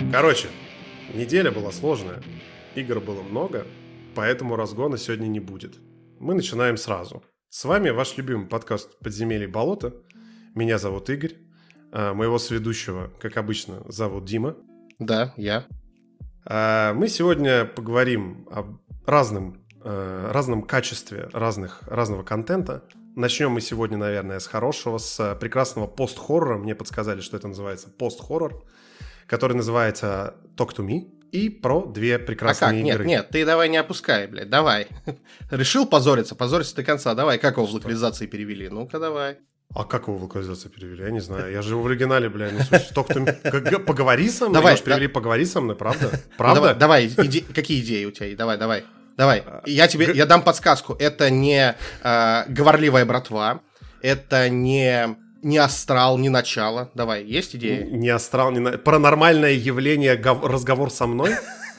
Короче, неделя была сложная, игр было много, поэтому разгона сегодня не будет. Мы начинаем сразу. С вами ваш любимый подкаст «Подземелье и болото». Меня зовут Игорь. Моего соведущего, как обычно, зовут Дима. Да, я. Мы сегодня поговорим о разном качестве разного контента. Начнем мы сегодня, наверное, с хорошего, с прекрасного пост-хоррора. Мне подсказали, что это называется пост-хоррор, который называется Talk to Me, и про две прекрасные игры. Нет, ты давай не опускай, блядь, давай. Решил позориться до конца, давай. Как его в локализации перевели? Ну-ка, давай. А как его в локализации перевели? Я не знаю. Я живу в оригинале, бля, несусь. Talk to me. Поговори со мной. Давай, перевели «поговори со мной», правда? Правда? Давай, какие идеи у тебя? Давай. Я дам подсказку. Это не говорливая братва, это не астрал, не начало. Давай, есть идеи? Не астрал, не паранормальное явление, разговор со мной?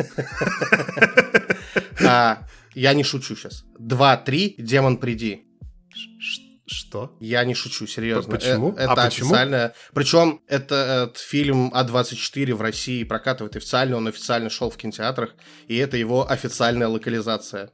Я не шучу сейчас. 2, 3, демон, приди. Что? Я не шучу, серьезно. Почему? Это официально. Причем этот фильм А24 в России прокатывает официально, он официально шел в кинотеатрах, и это его официальная локализация.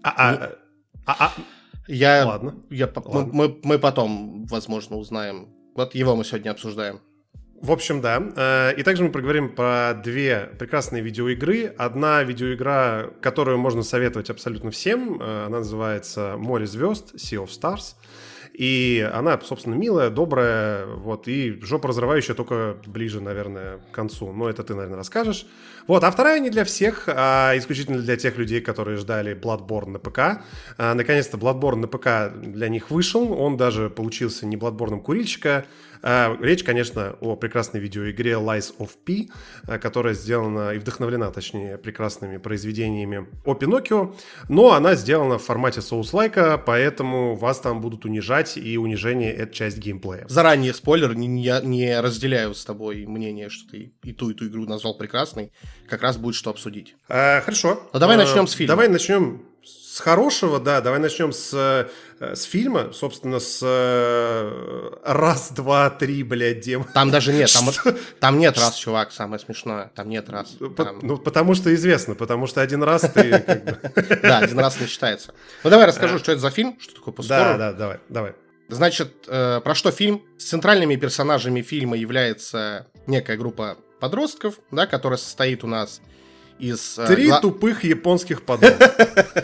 Ладно. Мы потом, возможно, узнаем. Вот его мы сегодня обсуждаем. В общем, да. И также мы поговорим про две прекрасные видеоигры. Одна видеоигра, которую можно советовать абсолютно всем. Она называется «Море звезд», Sea of Stars. И она, собственно, милая, добрая, вот, и жопоразрывающая только ближе, наверное, к концу. Но это ты, наверное, расскажешь. Вот, а вторая не для всех, а исключительно для тех людей, которые ждали Bloodborne на ПК. Наконец-то Bloodborne на ПК для них вышел. Он даже получился не Bloodborne курильщика. Речь, конечно, о прекрасной видеоигре Lies of P, которая сделана и вдохновлена, точнее, прекрасными произведениями о Пиноккио, но она сделана в формате соус-лайка, поэтому вас там будут унижать, и унижение — это часть геймплея. Заранее спойлер, не разделяю с тобой мнение, что ты и ту игру назвал прекрасной, как раз будет что обсудить. Хорошо. Ну давай начнем с фильма. Давай начнем с хорошего, да, давай начнем с фильма, собственно, с раз, два, три, блядь, Дим. Там даже нет, там нет раз, чувак, самое смешное, там нет раз. Ну, потому что известно, потому что один раз ты как бы... Да, один раз не считается. Ну, давай расскажу, что это за фильм, что такое пост-хоррор. Да, давай. Значит, про что фильм? Центральными персонажами фильма является некая группа подростков, да, которая состоит у нас из... Три тупых японских подростков.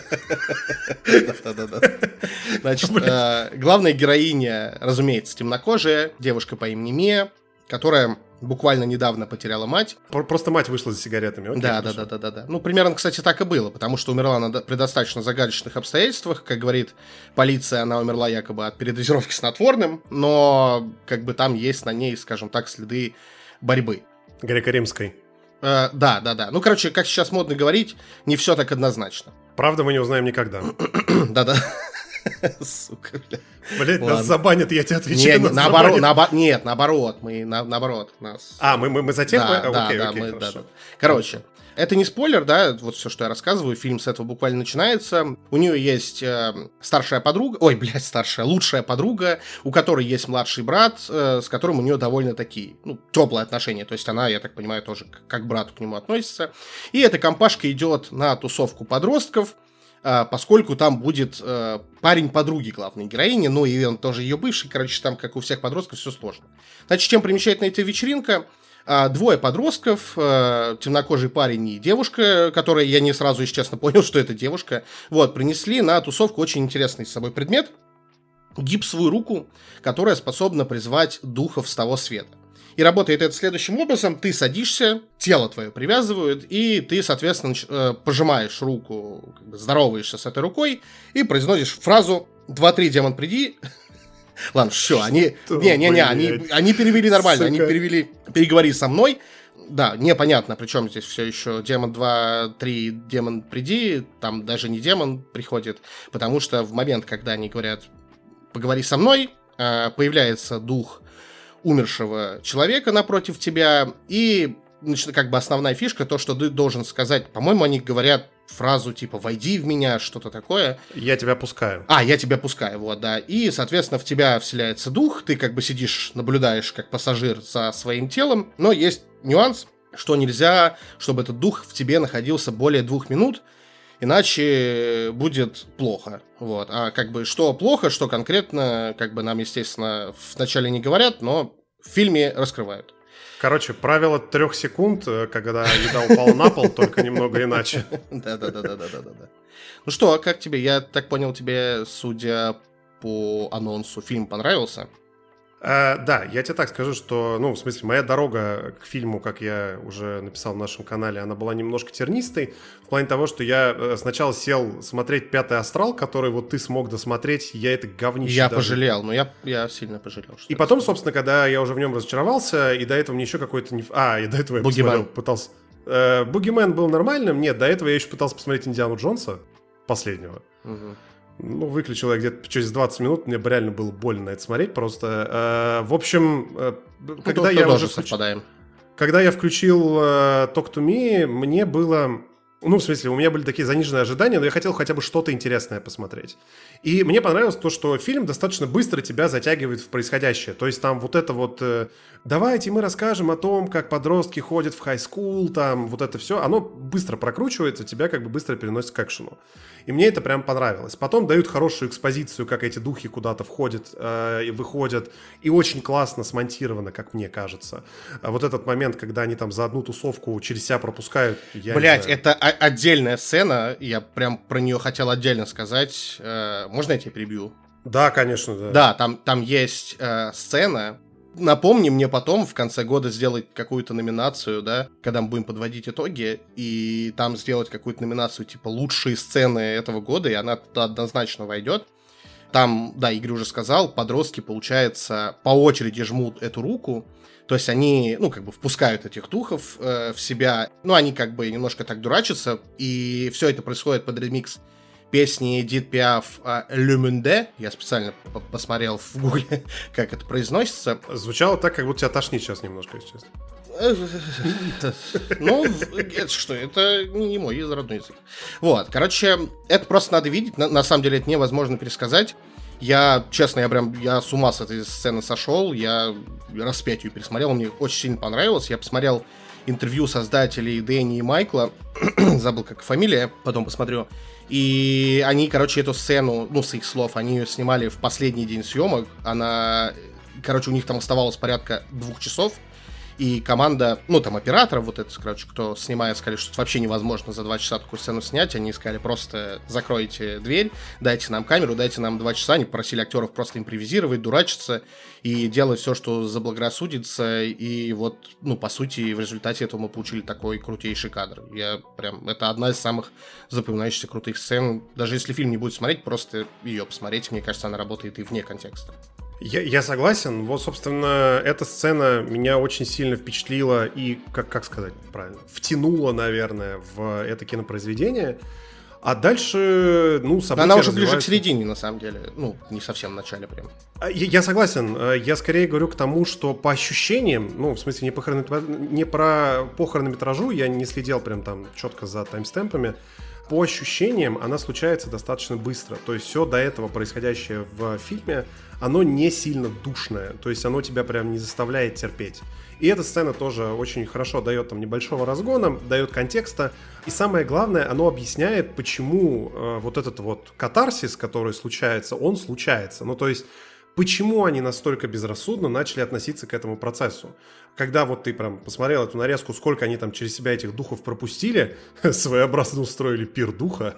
Да. Значит, главная героиня, разумеется, темнокожая, девушка по имени Мия, которая буквально недавно потеряла мать. Просто мать вышла за сигаретами. Окей, да. Ну, примерно, кстати, так и было, потому что умерла она при достаточно загадочных обстоятельствах. Как говорит полиция, она умерла якобы от передозировки снотворным, но как бы там есть на ней, скажем так, следы борьбы. Греко-римской. Да. Ну, короче, как сейчас модно говорить, не все так однозначно. Правда, мы не узнаем никогда. Да. Сука, бля. Блять, нас забанят, я тебе отвечаю. Наоборот. Мы за тех? Окей. Короче, это не спойлер, да, вот все, что я рассказываю, фильм с этого буквально начинается. У нее есть лучшая подруга, у которой есть младший брат, с которым у нее довольно такие, теплые отношения. То есть она, я так понимаю, тоже как к брату к нему относится. И эта компашка идет на тусовку подростков, поскольку там будет парень подруги главной героини, ну и он тоже ее бывший, короче, там, как у всех подростков, все сложно. Значит, чем примечательна эта вечеринка? Двое подростков, темнокожий парень и девушка, которая, я не сразу, если честно, понял, что это девушка, вот, принесли на тусовку очень интересный с собой предмет, гипсовую руку, которая способна призвать духов с того света. И работает это следующим образом. Ты садишься, тело твое привязывают, и ты, соответственно, пожимаешь руку, здороваешься с этой рукой и произносишь фразу «2-3, демон, приди». Ладно, все, они перевели нормально, они перевели «переговори со мной». Да, непонятно, причем здесь все еще демон 2-3, демон, приди, там даже не демон приходит, потому что в момент, когда они говорят «поговори со мной», появляется дух умершего человека напротив тебя, и как бы основная фишка, то, что ты должен сказать, по-моему, они говорят фразу типа «войди в меня», что-то такое. Я тебя пускаю. Я тебя пускаю, вот, да. И, соответственно, в тебя вселяется дух, ты как бы сидишь, наблюдаешь как пассажир за своим телом, но есть нюанс. что нельзя, чтобы этот дух в тебе находился более 2 минут, иначе будет плохо. Вот. А как бы что плохо, что конкретно, как бы нам, естественно, вначале не говорят, но в фильме раскрывают. Короче, правило 3 секунд, когда еда упала на пол, только немного иначе. Да. Ну что, как тебе? Я так понял, тебе, судя по анонсу, фильм понравился? Да, я тебе так скажу, что, ну, в смысле, моя дорога к фильму, как я уже написал в нашем канале, она была немножко тернистой, в плане того, что я сначала сел смотреть «Пятый астрал», который вот ты смог досмотреть, я это говнище Я даже... пожалел, но я сильно пожалел. И потом, собственно, когда я уже в нем разочаровался, и до этого мне еще какой-то... и до этого я посмотрел, пытался... «Бугимен» был нормальным, нет, до этого я еще пытался посмотреть «Индиану Джонса», последнего. Угу. Ну, выключил я где-то через 20 минут, мне бы реально было больно на это смотреть просто. В общем, когда я уже когда я включил Talk to Me, мне было... Ну, в смысле, у меня были такие заниженные ожидания, но я хотел хотя бы что-то интересное посмотреть. И мне понравилось то, что фильм достаточно быстро тебя затягивает в происходящее. То есть там вот это вот... Давайте мы расскажем о том, как подростки ходят в хай-скул, там вот это все. Оно быстро прокручивается, тебя как бы быстро переносит к экшену. И мне это прям понравилось. Потом дают хорошую экспозицию, как эти духи куда-то входят и выходят. И очень классно смонтировано, как мне кажется. Вот этот момент, когда они там за одну тусовку через себя пропускают. Блять, это отдельная сцена. Я прям про нее хотел отдельно сказать. Можно я тебя перебью? Да, конечно, да. Да, там есть сцена. Напомни мне потом в конце года сделать какую-то номинацию, да, когда мы будем подводить итоги, и там сделать какую-то номинацию типа «Лучшие сцены этого года», и она туда однозначно войдет. Там, да, Игорь уже сказал, подростки, получается, по очереди жмут эту руку, то есть они, ну, как бы впускают этих духов в себя, ну, они как бы немножко так дурачатся, и все это происходит под ремикс песни Эдит Пиаф «Le Monde». Я специально посмотрел в гугле, как это произносится. Звучало так, как будто тебя тошнит сейчас немножко, если честно. Ну, это что? Это не мой родной язык. Вот, короче, это просто надо видеть. На самом деле это невозможно пересказать. Я, честно, я с ума с этой сцены сошел. Я раз 5 ее пересмотрел. Мне очень сильно понравилось. Я посмотрел интервью создателей Дэнни и Майкла. Забыл, как фамилия. Потом посмотрю. И они, короче, эту сцену, ну, с их слов, они ее снимали в последний день съемок. Она, короче, у них там оставалось порядка 2 часов. И команда, ну, там, операторов, вот это, короче, кто снимает, сказали, что это вообще невозможно за 2 часа такую сцену снять. Они сказали, просто закройте дверь, дайте нам камеру, дайте нам 2 часа. Они попросили актеров просто импровизировать, дурачиться и делать все, что заблагорассудится. И вот, ну, по сути, в результате этого мы получили такой крутейший кадр. Это одна из самых запоминающихся крутых сцен. Даже если фильм не будет смотреть, просто ее посмотреть. Мне кажется, она работает и вне контекста. Я согласен. Вот, собственно, эта сцена меня очень сильно впечатлила и, как сказать правильно, втянула, наверное, в это кинопроизведение. А дальше, ну, события она уже ближе к середине, на самом деле. Ну, не совсем в начале прям. Я согласен. Я скорее говорю к тому, что по ощущениям, ну, в смысле, не про по хронометражу, я не следил прям там четко за таймстемпами. По ощущениям, она случается достаточно быстро. То есть все до этого происходящее в фильме, оно не сильно душное. То есть оно тебя прям не заставляет терпеть. И эта сцена тоже очень хорошо дает там небольшого разгона, дает контекста. И самое главное, оно объясняет, почему вот этот вот катарсис, который случается, он случается. Ну, то есть почему они настолько безрассудно начали относиться к этому процессу. Когда вот ты прям посмотрел эту нарезку, сколько они там через себя этих духов пропустили, своеобразно устроили пир духа.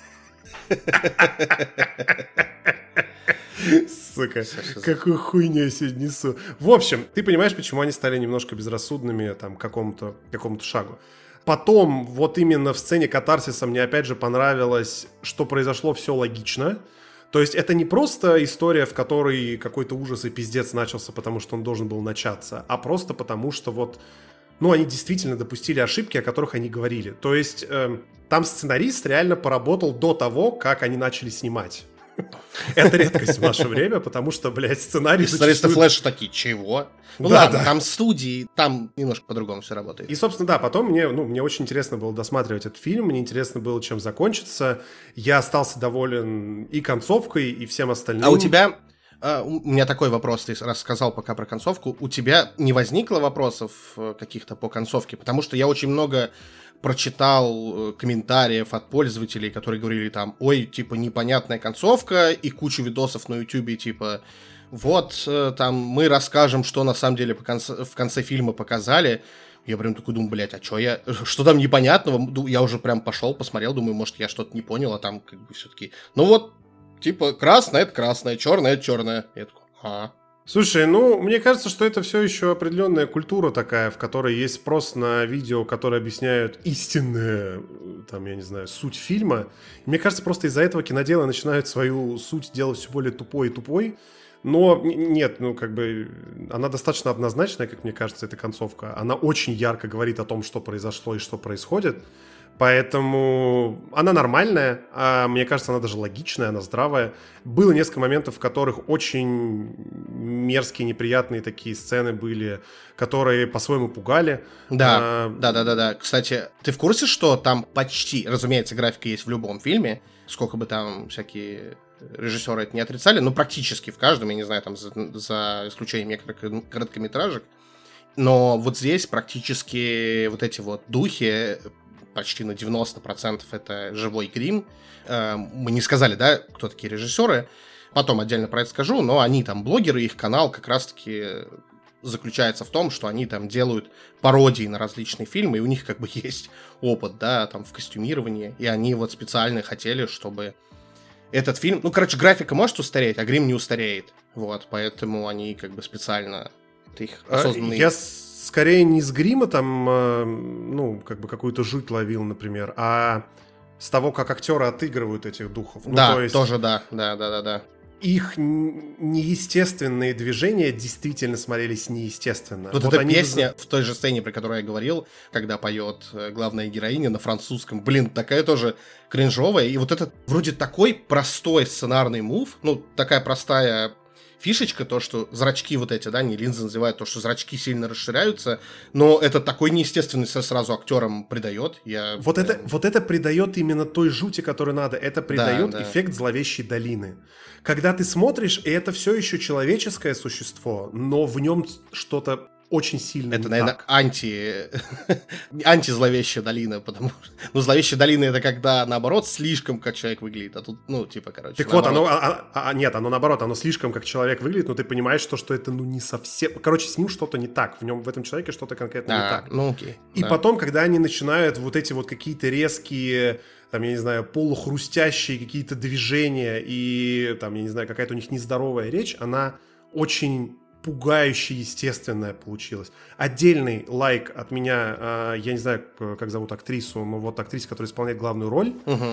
Сука, какую хуйню я сегодня несу. В общем, ты понимаешь, почему они стали немножко безрассудными там, к какому-то шагу. Потом, вот именно в сцене катарсиса мне опять же понравилось, что произошло все логично. То есть это не просто история, в которой какой-то ужас и пиздец начался, потому что он должен был начаться, а просто потому, что вот, ну, они действительно допустили ошибки, о которых они говорили. То есть там сценарист реально поработал до того, как они начали снимать. Это редкость в наше время, потому что, блядь, сценарий сценаристы Флэша такие, чего? Ну да, ладно, да. Там студии, там немножко по-другому все работает. И, собственно, да, потом мне очень интересно было досматривать этот фильм, мне интересно было, чем закончится. Я остался доволен и концовкой, и всем остальным. А у тебя У меня такой вопрос, ты рассказал пока про концовку. У тебя не возникло вопросов каких-то по концовке? Потому что я очень много прочитал комментариев от пользователей, которые говорили там, ой, типа, непонятная концовка, и кучу видосов на ютубе, типа, вот, там, мы расскажем, что на самом деле в конце фильма показали. Я прям такой думаю, блядь, а что там непонятного? Я уже прям пошел, посмотрел, думаю, может, я что-то не понял, а там как бы все-таки, ну вот, типа, красное — это красное, черное — это черное. Я такой, Слушай, ну, мне кажется, что это все еще определенная культура такая, в которой есть спрос на видео, которые объясняют истинную, там, я не знаю, суть фильма. И мне кажется, просто из-за этого киноделы начинают свою суть делать все более тупой и тупой. Но нет, ну, как бы, она достаточно однозначная, как мне кажется, эта концовка. Она очень ярко говорит о том, что произошло и что происходит. Поэтому она нормальная, а мне кажется, она даже логичная, она здравая. Было несколько моментов, в которых очень мерзкие, неприятные такие сцены были, которые по-своему пугали. Да. Кстати, ты в курсе, что там почти, разумеется, графика есть в любом фильме, сколько бы там всякие режиссеры это не отрицали, но практически в каждом, я не знаю, там за исключением некоторых короткометражек, но вот здесь практически вот эти вот духи почти на 90% это живой грим. Мы не сказали, да, кто такие режиссеры. Потом отдельно про это скажу, но они там блогеры, их канал как раз-таки заключается в том, что они там делают пародии на различные фильмы, и у них как бы есть опыт, да, там в костюмировании, и они вот специально хотели, чтобы этот фильм... Ну, короче, графика может устареть, а грим не устареет. Вот, поэтому они как бы специально... Это их осознанный... Я скорее не с грима там, ну, как бы какую-то жуть ловил, например, а с того, как актеры отыгрывают этих духов. Ну, да, то есть тоже да. Их неестественные движения действительно смотрелись неестественно. Вот эта песня в той же сцене, про которую я говорил, когда поет главная героиня на французском, блин, такая тоже кринжовая. И вот этот вроде такой простой сценарный мув, ну, такая простая фишечка, то, что зрачки вот эти, да, не линзы называют, то, что зрачки сильно расширяются, но это такой неестественность сразу актерам придает. Вот это придает именно той жути, которую надо. Это придает эффект зловещей долины. Когда ты смотришь, и это все еще человеческое существо, но в нем что-то очень сильно это, не наверное, так. анти-зловещая долина, потому что... Ну, зловещая долина — это когда, наоборот, слишком как человек выглядит, а тут, ну, типа, короче... Так наоборот. Вот, нет, оно наоборот, оно слишком как человек выглядит, но ты понимаешь, что это, ну, не совсем... Короче, с ним что-то не так, в этом человеке что-то конкретно не так. Ну, окей. И потом, когда они начинают вот эти вот какие-то резкие... там, я не знаю, полухрустящие какие-то движения и, там, я не знаю, какая-то у них нездоровая речь, она очень пугающе естественная получилась. Отдельный лайк от меня, я не знаю, как зовут актрису, но вот актриса, которая исполняет главную роль,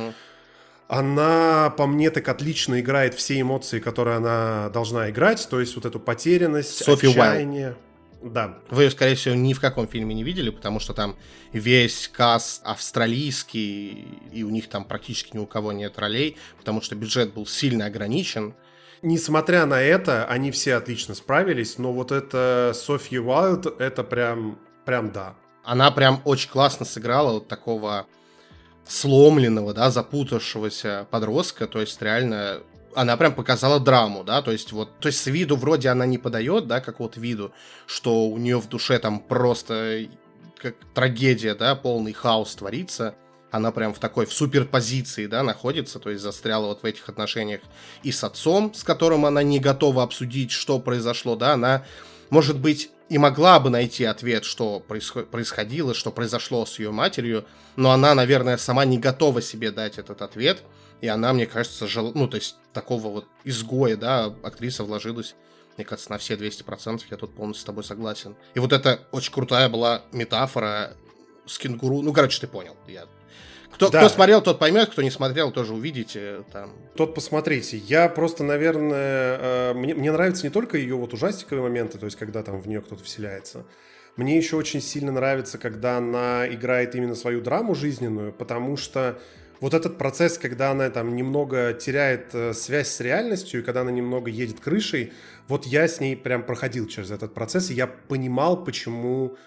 она, по мне, так отлично играет все эмоции, которые она должна играть, то есть вот эту потерянность, Софи отчаяние. Да. Вы ее, скорее всего, ни в каком фильме не видели, потому что там весь каст австралийский, и у них там практически ни у кого нет ролей, потому что бюджет был сильно ограничен. Несмотря на это, они все отлично справились, но вот это Софья Уайлд, это прям да. Она прям очень классно сыграла вот такого сломленного, да, запутавшегося подростка, то есть реально... Она прям показала драму, да, то есть с виду вроде она не подает, да, какого-то виду, что у нее в душе там просто как трагедия, да, полный хаос творится. Она прям в суперпозиции, да, находится, то есть застряла вот в этих отношениях и с отцом, с которым она не готова обсудить, что произошло, да, она, может быть, и могла бы найти ответ, что происходило, что произошло с ее матерью, но она, наверное, сама не готова себе дать этот ответ, и она, мне кажется, то есть такого вот изгоя, да, актриса вложилась, мне кажется, на все 200%, я тут полностью с тобой согласен. И вот это очень крутая была метафора с кенгуру, ну, короче, ты понял, Кто смотрел, тот поймет, кто не смотрел, тоже увидите. Там. Тот посмотрите. Я просто, наверное... Мне нравятся не только ее вот ужастиковые моменты, то есть когда там в нее кто-то вселяется. Мне еще очень сильно нравится, когда она играет именно свою драму жизненную, потому что вот этот процесс, когда она там немного теряет связь с реальностью, и когда она немного едет крышей, вот я с ней прям проходил через этот процесс, и я понимал, почему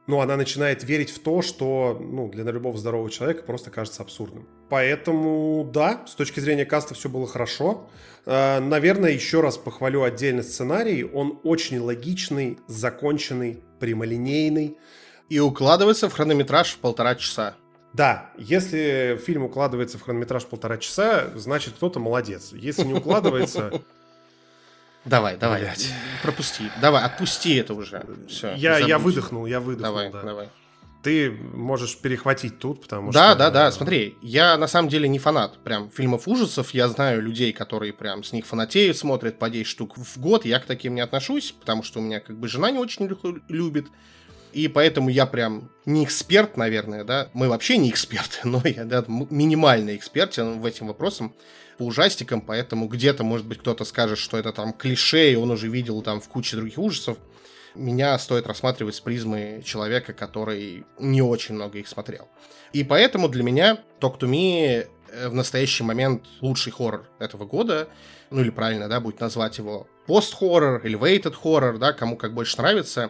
ну, она начинает верить в то, что, ну, для любого здорового человека просто кажется абсурдным. Поэтому, да, с точки зрения каста все было хорошо. Наверное, еще раз похвалю отдельно сценарий. Он очень логичный, законченный, прямолинейный. И укладывается в хронометраж в 1,5 часа. Да, если фильм укладывается в хронометраж 1,5 часа, значит, кто-то молодец. Если не укладывается... Давай, пропусти. Давай, отпусти это уже. Все, я выдохнул, Давай, да. давай. Ты можешь перехватить тут, потому что... Да, смотри, я на самом деле не фанат прям фильмов ужасов, я знаю людей, которые прям с них фанатеют, смотрят по 10 штук в год, я к таким не отношусь, потому что у меня как бы жена не очень любит, и поэтому я прям не эксперт, наверное, да, мы вообще не эксперты, но я минимальный эксперт в этим вопросам по ужастикам, поэтому где-то, может быть, кто-то скажет, что это там клише, и он уже видел там в куче других ужасов. Меня стоит рассматривать с призмы человека, который не очень много их смотрел. И поэтому для меня Talk to Me в настоящий момент лучший хоррор этого года. Ну или правильно, да, будет назвать его пост-хоррор, elevated horror, да, кому как больше нравится.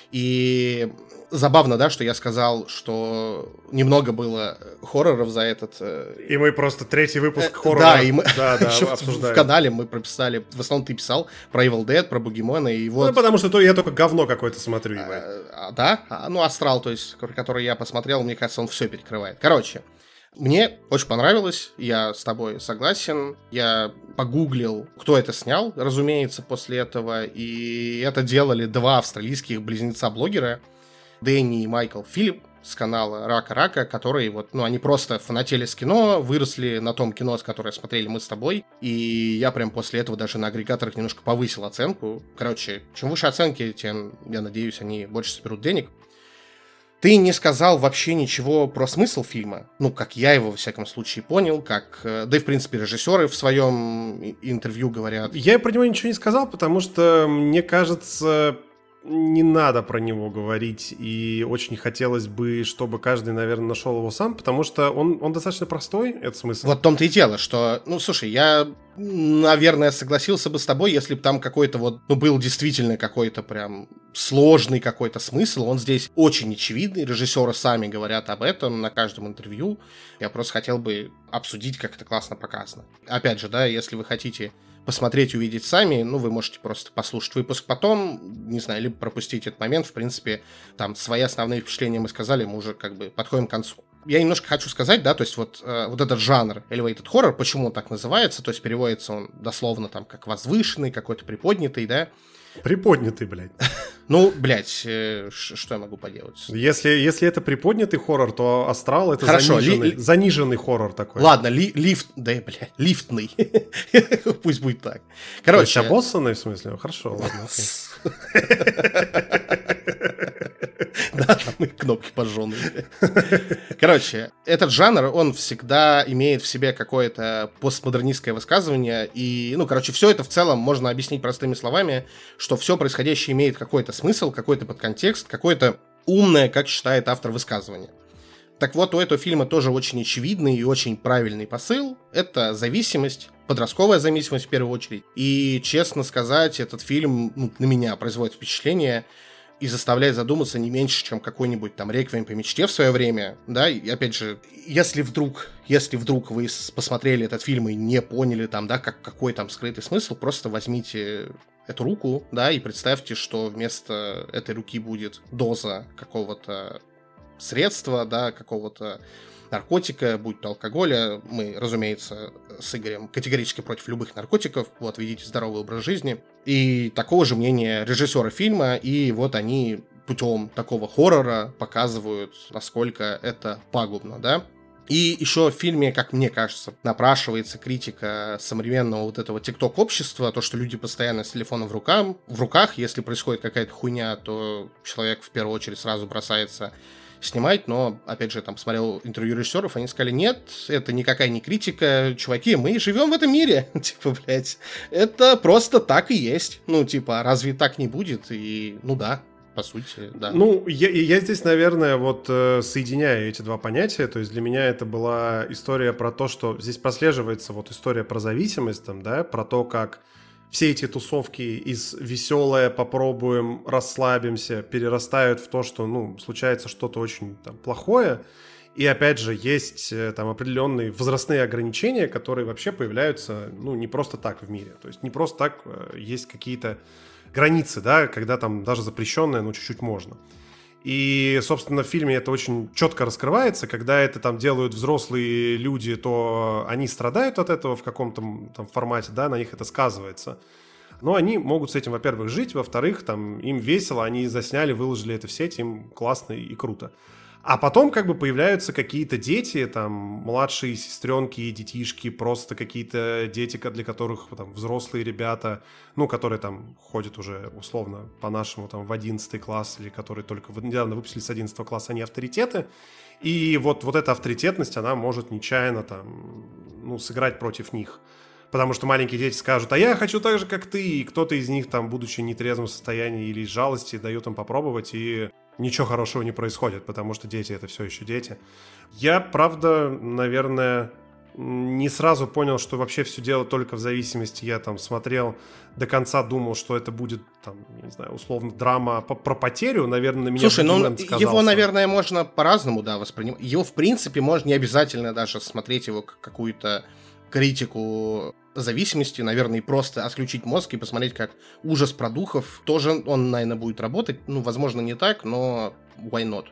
И забавно, да, что я сказал, что немного было хорроров за этот... И мы просто третий выпуск хоррора... Да, и мы обсуждаем. В канале мы прописали... В основном ты писал про Evil Dead, про Бугимона, и вот... Ну, потому что я только говно какое-то смотрю. Да? Ну, Астрал, то есть, который я посмотрел, мне кажется, он все перекрывает. Короче, мне очень понравилось, я с тобой согласен. Я погуглил, кто это снял, разумеется, после этого. И это делали 2 австралийских близнеца-блогера, Дэнни и Майкл Филипп с канала Рака-Рака, которые вот, ну, они просто фанатели с кино, выросли на том кино, с которое смотрели мы с тобой, и я прям после этого даже на агрегаторах немножко повысил оценку. Короче, чем выше оценки, тем, я надеюсь, они больше соберут денег. Ты не сказал вообще ничего про смысл фильма, ну, как я его, во всяком случае, понял, как, да и, в принципе, режиссеры в своем интервью говорят. Я про него ничего не сказал, потому что, мне кажется... Не надо про него говорить, и очень хотелось бы, чтобы каждый, наверное, нашел его сам, потому что он достаточно простой, это смысл. Вот в том-то и дело, что, ну, слушай, я, наверное, согласился бы с тобой, если бы там какой-то вот, ну, был действительно какой-то прям сложный какой-то смысл, он здесь очень очевидный, режиссеры сами говорят об этом на каждом интервью, я просто хотел бы обсудить, как это классно показано. Опять же, да, если вы хотите посмотреть, увидеть сами, ну, вы можете просто послушать выпуск потом, не знаю, либо пропустить этот момент, в принципе, там, свои основные впечатления мы сказали, мы уже как бы подходим к концу. Я немножко хочу сказать, да, то есть вот этот жанр elevated horror, почему он так называется, то есть переводится он дословно там как возвышенный, какой-то приподнятый, да. Приподнятый, блядь. Ну, блядь, что я могу поделать? Если это приподнятый хоррор, то Астрал — это хорошо, заниженный хоррор такой. Ладно, лифтный. Пусть будет так. Короче... То есть обоссанный, в смысле? Хорошо, ладно. Да, там и кнопки пожженные. Короче, этот жанр, он всегда имеет в себе какое-то постмодернистское высказывание. И, ну, короче, все это в целом можно объяснить простыми словами, что все происходящее имеет какой-то смысл, какой-то подконтекст, какое-то умное, как считает автор, высказывание. Так вот, у этого фильма тоже очень очевидный и очень правильный посыл. Это зависимость, подростковая зависимость в первую очередь. И, честно сказать, этот фильм, ну, на меня производит впечатление и заставляет задуматься не меньше, чем какой-нибудь там «Реквием по мечте» в свое время, да, и опять же, если вдруг вы посмотрели этот фильм и не поняли там, да, какой там скрытый смысл, просто возьмите эту руку, да, и представьте, что вместо этой руки будет доза какого-то средства, да, какого-то наркотика, будь то алкоголя. Мы, разумеется, с Игорем категорически против любых наркотиков. Вот, ведите здоровый образ жизни. И такого же мнения режиссера фильма. И вот они путем такого хоррора показывают, насколько это пагубно, да. И еще в фильме, как мне кажется, напрашивается критика современного вот этого тикток-общества, то, что люди постоянно с телефоном в руках, если происходит какая-то хуйня, то человек в первую очередь сразу бросается снимать, но, опять же, там смотрел интервью режиссеров, они сказали, нет, это никакая не критика, чуваки, мы живем в этом мире, типа, блядь, это просто так и есть, ну, типа, разве так не будет, и, ну, да, по сути, да. Ну, я здесь, наверное, вот соединяю эти два понятия, то есть для меня это была история про то, что здесь прослеживается вот история про зависимость, там, да, про то, как все эти тусовки из веселое, попробуем, расслабимся, перерастают в то, что, ну, случается что-то очень там плохое. И опять же, есть там определенные возрастные ограничения, которые вообще появляются, ну, не просто так в мире. То есть не просто так есть какие-то границы, да, когда там даже запрещенное, ну, чуть-чуть можно. И, собственно, в фильме это очень четко раскрывается. Когда это там делают взрослые люди, то они страдают от этого в каком-то там формате, да, на них это сказывается. Но они могут с этим, во-первых, жить, во-вторых, там им весело, они засняли, выложили это в сеть, им классно и круто. А потом как бы появляются какие-то дети, там, младшие сестренки и детишки, просто какие-то дети, для которых там взрослые ребята, ну, которые там ходят уже условно по-нашему там в 11 класс, или которые только недавно выпустили с 11 класса, они авторитеты. И вот эта авторитетность, она может нечаянно там, ну, сыграть против них. Потому что маленькие дети скажут, а я хочу так же, как ты. И кто-то из них, там, будучи в нетрезвом состоянии или из жалости, дает им попробовать, и ничего хорошего не происходит, потому что дети — это все еще дети. Я, правда, наверное, не сразу понял, что вообще все дело только в зависимости. Я там смотрел до конца, думал, что это будет, там, не знаю, условно, драма про потерю. Наверное, на меня Слушай, ну сказался. его, наверное, можно по-разному, да, воспринимать. Его, в принципе, можно не обязательно даже смотреть его как какую-то критику зависимости, наверное, и просто отключить мозг и посмотреть, как ужас про духов. Тоже он, наверное, будет работать. Ну, возможно, не так, но why not?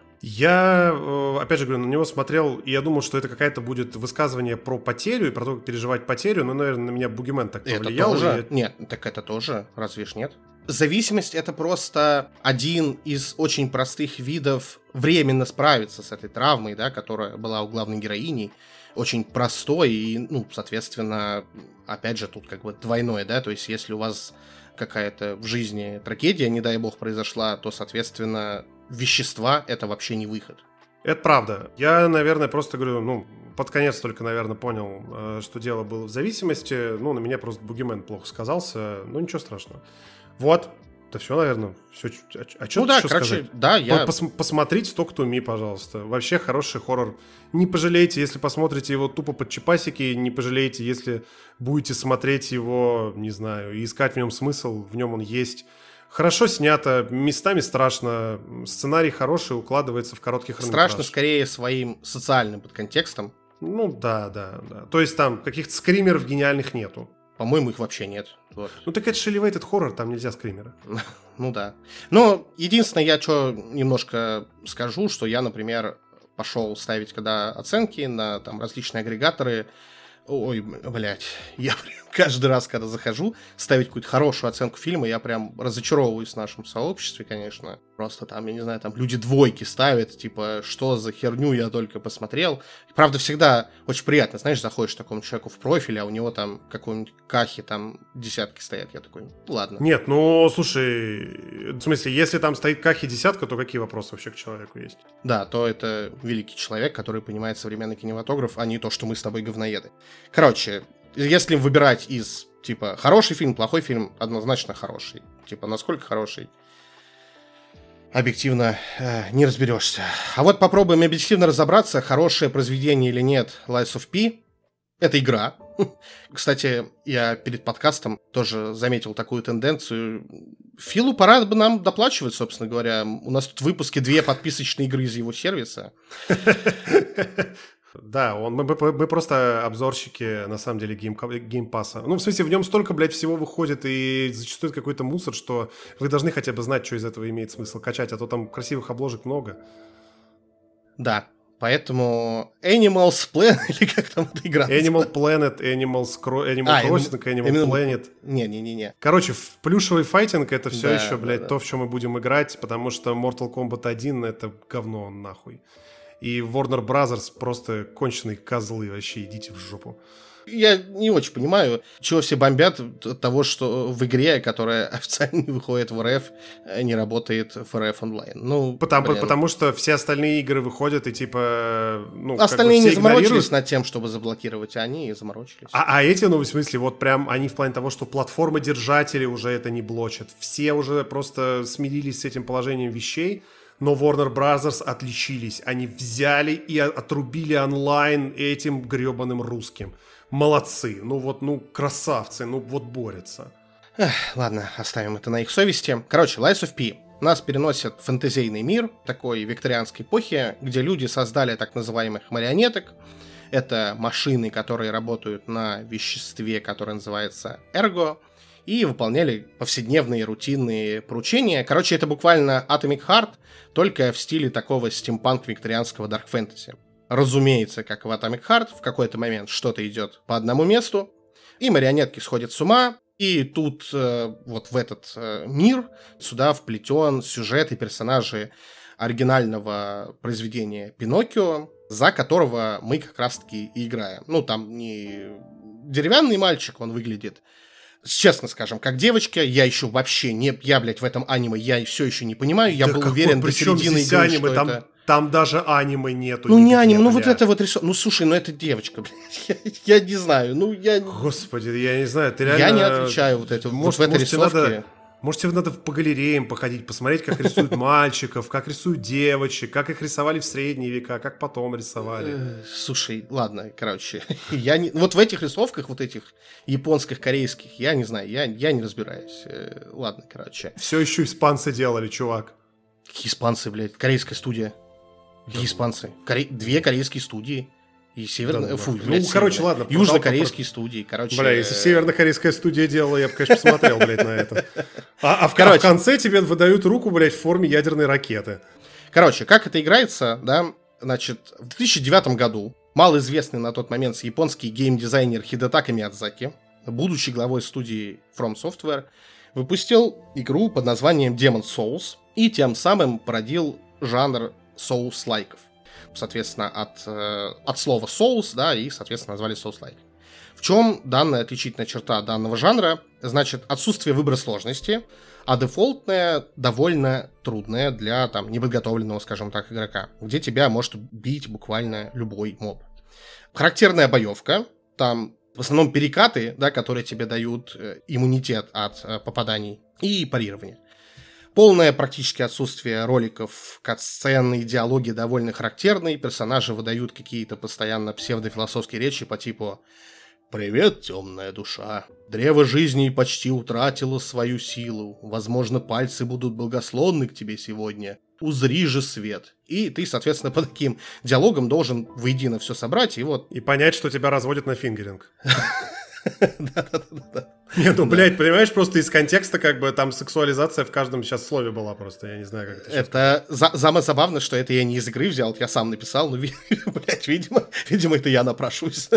Я, опять же говорю, на него смотрел, и я думал, что это какая-то будет высказывание про потерю и про то, как переживать потерю, но, наверное, на меня Бугимен так повлиял. Это тоже? Нет, так это тоже, разве ж нет? Зависимость — это просто один из очень простых видов временно справиться с этой травмой, да, которая была у главной героини. Очень простой и, ну, соответственно, опять же, тут как бы двойное, да, то есть если у вас какая-то в жизни трагедия, не дай бог, произошла, то, соответственно, вещества — это вообще не выход. Это правда. Я, наверное, просто говорю, ну, под конец только, наверное, понял, что дело было в зависимости. Ну, на меня просто Бугимен плохо сказался, но ничего страшного. Вот. Да все, наверное, все. А что еще сказать? Да, я... Посмотрите «Talk to Me», пожалуйста. Вообще хороший хоррор. Не пожалеете, если посмотрите его тупо под чипасики, не пожалеете, если будете смотреть его, не знаю, и искать в нем смысл, в нем он есть. Хорошо снято, местами страшно, сценарий хороший, укладывается в короткий хронометраж. Страшно скорее своим социальным подконтекстом. Ну да. То есть там каких-то скримеров гениальных нету. По-моему, их вообще нет. Вот. Ну так это же elevated horror, там нельзя скримеры. Ну да. Но единственное, я что немножко скажу, что я, например, пошел ставить когда оценки на там различные агрегаторы. Ой, блядь, я прям каждый раз, когда захожу ставить какую-то хорошую оценку фильма, я прям разочаровываюсь в нашем сообществе, конечно. Просто там, я не знаю, там люди двойки ставят, типа, что за херню я только посмотрел. Правда, всегда очень приятно, знаешь, заходишь такому человеку в профиль, а у него там какой-нибудь кахи, там десятки стоят. Я такой, ладно. Нет, ну, слушай, в смысле, если там стоит кахи десятка, то какие вопросы вообще к человеку есть? Да, то это великий человек, который понимает современный кинематограф, а не то, что мы с тобой говноеды. Короче, если выбирать из, типа, хороший фильм, плохой фильм, однозначно хороший. Типа, насколько хороший? Объективно не разберешься. А вот попробуем объективно разобраться, хорошее произведение или нет Lies of P. Это игра. Кстати, я перед подкастом тоже заметил такую тенденцию. Филу пора бы нам доплачивать, собственно говоря. У нас тут в выпуске 2 подписочные игры из его сервиса. Да, мы просто обзорщики, на самом деле, геймпасса. Ну, в смысле, в нем столько, блядь, всего выходит, и зачастую какой-то мусор, что вы должны хотя бы знать, что из этого имеет смысл качать, а то там красивых обложек много. Да, поэтому Animals Planet, или как там эта игра? Animal Planet, Animal Crossing, Animal Planet. Не. Короче, в плюшевый файтинг это все еще, блядь, то, в чем мы будем играть, потому что Mortal Kombat 1 это говно нахуй. И Warner Brothers просто конченые козлы, вообще идите в жопу. Я не очень понимаю, чего все бомбят от того, что в игре, которая официально не выходит в РФ, не работает в РФ онлайн. Ну, потому что все остальные игры выходят и типа... Ну, остальные не заморочились над тем, чтобы заблокировать, а они заморочились. А эти, ну, в смысле, вот прям они в плане того, что платформы-держатели уже это не блочат. Все уже просто смирились с этим положением вещей. Но Warner Brothers отличились. Они взяли и отрубили онлайн этим гребаным русским. Молодцы. Ну вот, ну красавцы. Ну вот борются. Ладно, оставим это на их совести. Короче, Lies of P нас переносят в фэнтезийный мир такой викторианской эпохи, где люди создали так называемых марионеток. Это машины, которые работают на веществе, которое называется эрго, и выполняли повседневные рутинные поручения. Короче, это буквально Atomic Heart, только в стиле такого стимпанк-викторианского дарк фэнтези. Разумеется, как в Atomic Heart, в какой-то момент что-то идет по одному месту, и марионетки сходят с ума, и тут вот в этот мир сюда вплетен сюжет и персонажи оригинального произведения «Пиноккио», за которого мы как раз-таки и играем. Ну, там не деревянный мальчик, он выглядит, честно скажем, как девочка. Я еще вообще не... Я, блядь, в этом аниме я все еще не понимаю. Я был уверен до середины игры, аниме? что это... Там даже аниме нету. Ну, не аниме, ну вот это вот рисунок. Ну, слушай, ну это девочка, блядь. Я не знаю, ну я... Господи, я не знаю, ты реально... Я не отвечаю вот это, вот в этой рисовке. Может, тебе надо по галереям походить, посмотреть, как рисуют мальчиков, как рисуют девочек, как их рисовали в средние века, как потом рисовали. Слушай, ладно, короче, я не... Вот в этих рисовках, вот этих японских, корейских, я не знаю, я не разбираюсь. Ладно, короче. Все еще испанцы делали, чувак. Какие испанцы, блядь? Корейская студия. Какие испанцы? Две корейские студии. И северная... короче, ладно. Южнокорейские студии, короче... Бля, если севернокорейская студия делала, я бы, конечно, посмотрел, блядь, на это. А в конце тебе выдают руку, блядь, в форме ядерной ракеты. Короче, как это играется, да? Значит, в 2009 году малоизвестный на тот момент японский геймдизайнер Хидетака Миядзаки, будучи главой студии From Software, выпустил игру под названием Demon's Souls и тем самым породил жанр Souls-лайков. Соответственно, от слова Souls, да, и, соответственно, назвали Souls-like. В чем данная отличительная черта данного жанра? Значит, отсутствие выбора сложности, а дефолтная довольно трудная для, там, неподготовленного, скажем так, игрока, где тебя может бить буквально любой моб. Характерная боевка, там в основном перекаты, да, которые тебе дают иммунитет от попаданий, и парирование. Полное практически отсутствие роликов, катсцены, диалоги довольно характерные, персонажи выдают какие-то постоянно псевдофилософские речи по типу «Привет, темная душа, древо жизни почти утратило свою силу, возможно, пальцы будут благословны к тебе сегодня, узри же свет». И ты, соответственно, по таким диалогам должен воедино все собрать, и вот... И понять, что тебя разводят на фингеринг. Да. Не, ну, блядь, понимаешь, просто из контекста, как бы, там сексуализация в каждом сейчас слове была просто, я не знаю, как это... Это самое забавное, что это я не из игры взял, я сам написал, но, блядь, видимо, это я напрашиваюсь.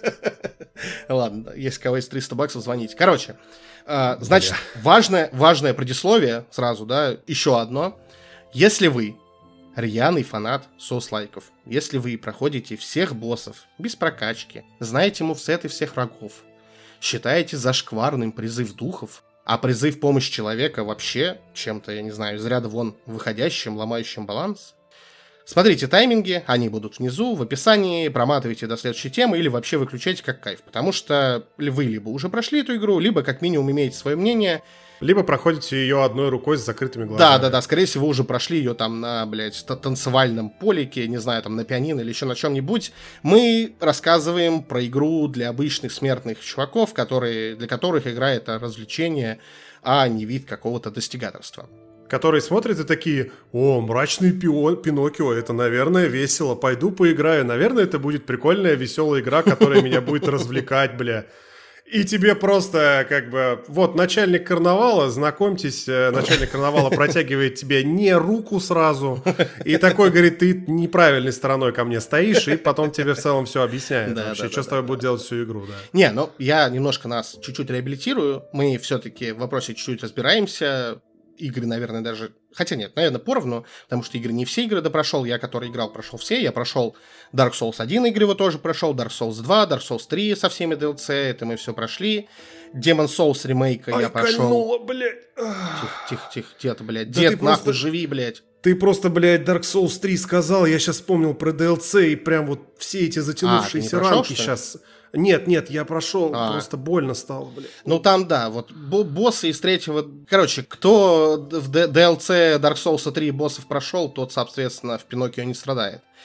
Ладно, если кого есть $300, звоните. Короче, значит, важное предисловие сразу, да, еще одно. Если вы рьяный фанат соус-лайков, если вы проходите всех боссов без прокачки, знаете мувсеты всех врагов, считаете зашкварным призыв духов, а призыв помощи человека вообще чем-то, я не знаю, из ряда вон выходящим, ломающим баланс, смотрите тайминги, они будут внизу, в описании, проматывайте до следующей темы или вообще выключайте как кайф, потому что вы либо уже прошли эту игру, либо как минимум имеете свое мнение, либо проходите ее одной рукой с закрытыми глазами. Да, скорее всего, вы уже прошли ее там на, блядь, танцевальном полике, не знаю, там на пианино или еще на чем-нибудь. Мы рассказываем про игру для обычных смертных чуваков, для которых игра — это развлечение, а не вид какого-то достигаторства. Которые смотрят и такие: о, мрачный Пиноккио, это, наверное, весело, пойду поиграю, наверное, это будет прикольная, веселая игра, которая меня будет развлекать, бля. И тебе просто, как бы, вот, начальник карнавала, знакомьтесь, начальник карнавала протягивает тебе не руку сразу, и такой говорит: ты неправильной стороной ко мне стоишь, и потом тебе в целом все объясняет. Вообще, что с тобой будет делать всю игру, да. Не, ну, я немножко нас чуть-чуть реабилитирую, мы все-таки в вопросе чуть-чуть разбираемся, игры, наверное, даже... Хотя нет, наверное, поровну, потому что не все игры допрошел. Я, который играл, прошел все. Я прошел Dark Souls 1 игры, его тоже прошел, Dark Souls 2, Dark Souls 3 со всеми DLC, это мы все прошли. Demon's Souls ремейка я прошел. Кольнуло, блядь. Тихо, дед, блядь. Да дед, нахуй, просто... живи, блядь. Ты просто, блядь, Dark Souls 3 сказал, я сейчас вспомнил про DLC, и прям вот все эти затянувшиеся рамки сейчас... Нет, я прошел, просто больно стало, блядь. Ну там, да, вот боссы из третьего... Короче, кто в DLC Dark Souls 3 боссов прошел, тот, соответственно, в Пиноккио не страдает.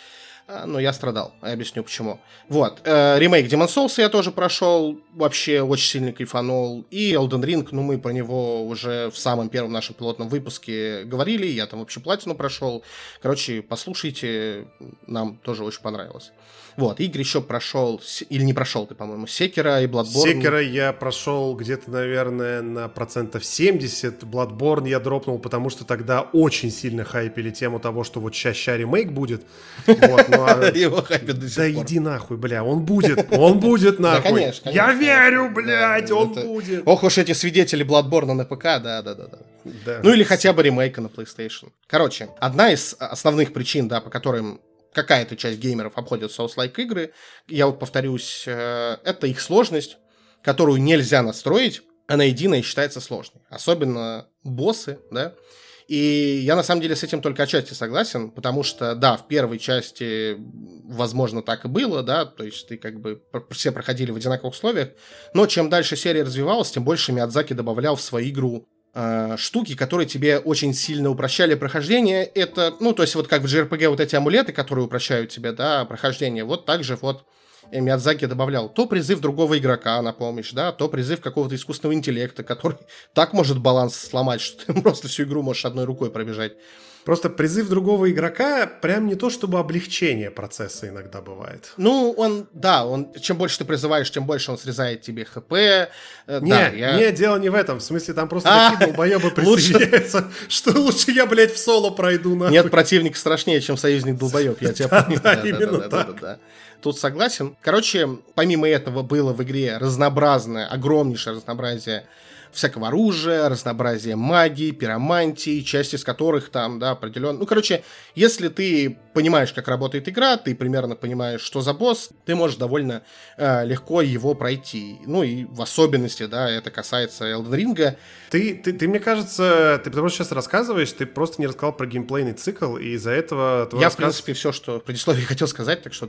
Но я страдал, я объясню почему. Вот, ремейк Demon's Souls я тоже прошел, вообще очень сильно кайфанул. И Elden Ring, ну мы про него уже в самом первом нашем пилотном выпуске говорили, я там вообще платину прошел. Короче, послушайте, нам тоже очень понравилось. Вот, Игорь еще прошел, или не прошел ты, по-моему, Sekiro и Bloodborne. Sekiro я прошел где-то, наверное, на 70%. Bloodborne я дропнул, потому что тогда очень сильно хайпили тему того, что вот ща ремейк будет. Его хайпят до сих пор. Да иди нахуй, бля, он будет нахуй. Да, конечно. Я верю, блядь, он будет. Ох уж эти свидетели Bloodborne на ПК, да. Ну или хотя бы ремейка на PlayStation. Короче, одна из основных причин, да, по которым какая-то часть геймеров обходит Souls-like игры, я вот повторюсь, это их сложность, которую нельзя настроить, она единая и считается сложной. Особенно боссы, да. И я на самом деле с этим только отчасти согласен, потому что, да, в первой части, возможно, так и было, да, то есть ты как бы все проходили в одинаковых условиях, но чем дальше серия развивалась, тем больше Миядзаки добавлял в свою игру штуки, которые тебе очень сильно упрощали прохождение. Это, ну, то есть вот как в JRPG вот эти амулеты, которые упрощают тебе, да, прохождение, вот так же вот Миядзаки добавлял то призыв другого игрока на помощь, да, то призыв какого-то искусственного интеллекта, который так может баланс сломать, что ты просто всю игру можешь одной рукой пробежать. Просто призыв другого игрока прям не то чтобы облегчение процесса иногда бывает. Ну, чем больше ты призываешь, тем больше он срезает тебе ХП. Не, дело не в этом. В смысле, там просто такие долбоебы присоединяются, что лучше я, блядь, в соло пройду, нахуй. Нет противника страшнее, чем союзник долбоеб, я тебя понимаю. Да, именно так. Тут согласен. Короче, помимо этого было в игре огромнейшее разнообразие всякого оружия, разнообразие магии, пиромантии, часть из которых там, да, определенно... Ну, короче, если ты понимаешь, как работает игра, ты примерно понимаешь, что за босс, ты можешь довольно легко его пройти. Ну, и в особенности, да, это касается Elden Ring. Ты, мне кажется, ты потому что сейчас рассказываешь, ты просто не рассказал про геймплейный цикл, и из-за этого... Я, в принципе, все, что в предисловии хотел сказать, так что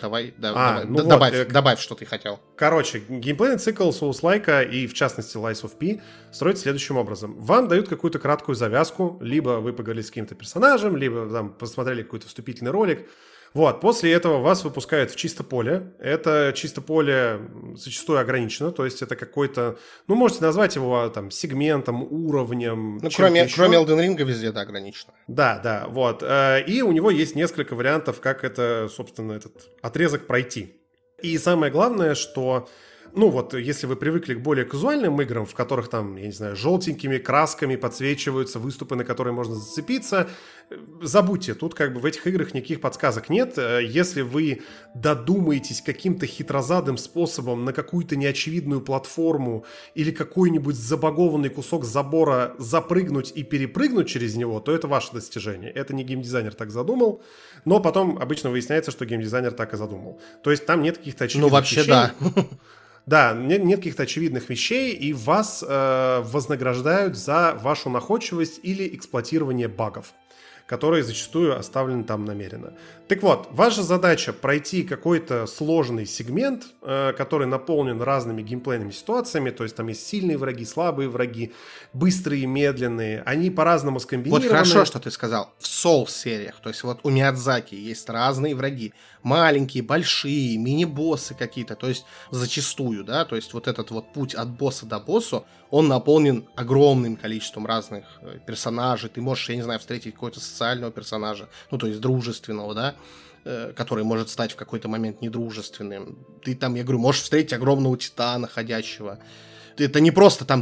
добавь, что ты хотел. Короче, геймплейный цикл Souls-like, и в частности Lies of P, строится следующим образом. Вам дают какую-то краткую завязку, либо вы поговорили с каким-то персонажем, либо там посмотрели какой-то вступительный ролик. Вот, после этого вас выпускают в чисто поле. Это чисто поле зачастую ограничено, то есть это какой-то, ну, можете назвать его там сегментом, уровнем. Ну, кроме Elden Ring везде, да, ограничено. Да, вот. И у него есть несколько вариантов, как это, собственно, этот отрезок пройти. И самое главное, что... Ну вот, если вы привыкли к более казуальным играм, в которых там, я не знаю, желтенькими красками подсвечиваются выступы, на которые можно зацепиться, забудьте, тут как бы в этих играх никаких подсказок нет. Если вы додумаетесь каким-то хитрозадым способом на какую-то неочевидную платформу или какой-нибудь забагованный кусок забора запрыгнуть и перепрыгнуть через него, то это ваше достижение. Это не геймдизайнер так задумал, но потом обычно выясняется, что геймдизайнер так и задумал. То есть там нет каких-то очевидных вещей. Ну вообще да. Да, нет каких-то очевидных вещей, и вас вознаграждают за вашу находчивость или эксплуатирование багов, которые зачастую оставлены там намеренно. Так вот, ваша задача пройти какой-то сложный сегмент, который наполнен разными геймплейными ситуациями, то есть там есть сильные враги, слабые враги, быстрые, медленные, они по-разному скомбинированы. Вот хорошо, что ты сказал. В Souls-сериях, то есть вот у Миядзаки есть разные враги. Маленькие, большие, мини-боссы какие-то, то есть зачастую, да, то есть вот этот вот путь от босса до боссу, он наполнен огромным количеством разных персонажей. Ты можешь, я не знаю, встретить какого-то социального персонажа, ну, то есть дружественного, да, который может стать в какой-то момент недружественным. Ты там, я говорю, можешь встретить огромного титана ходячего. Это не просто там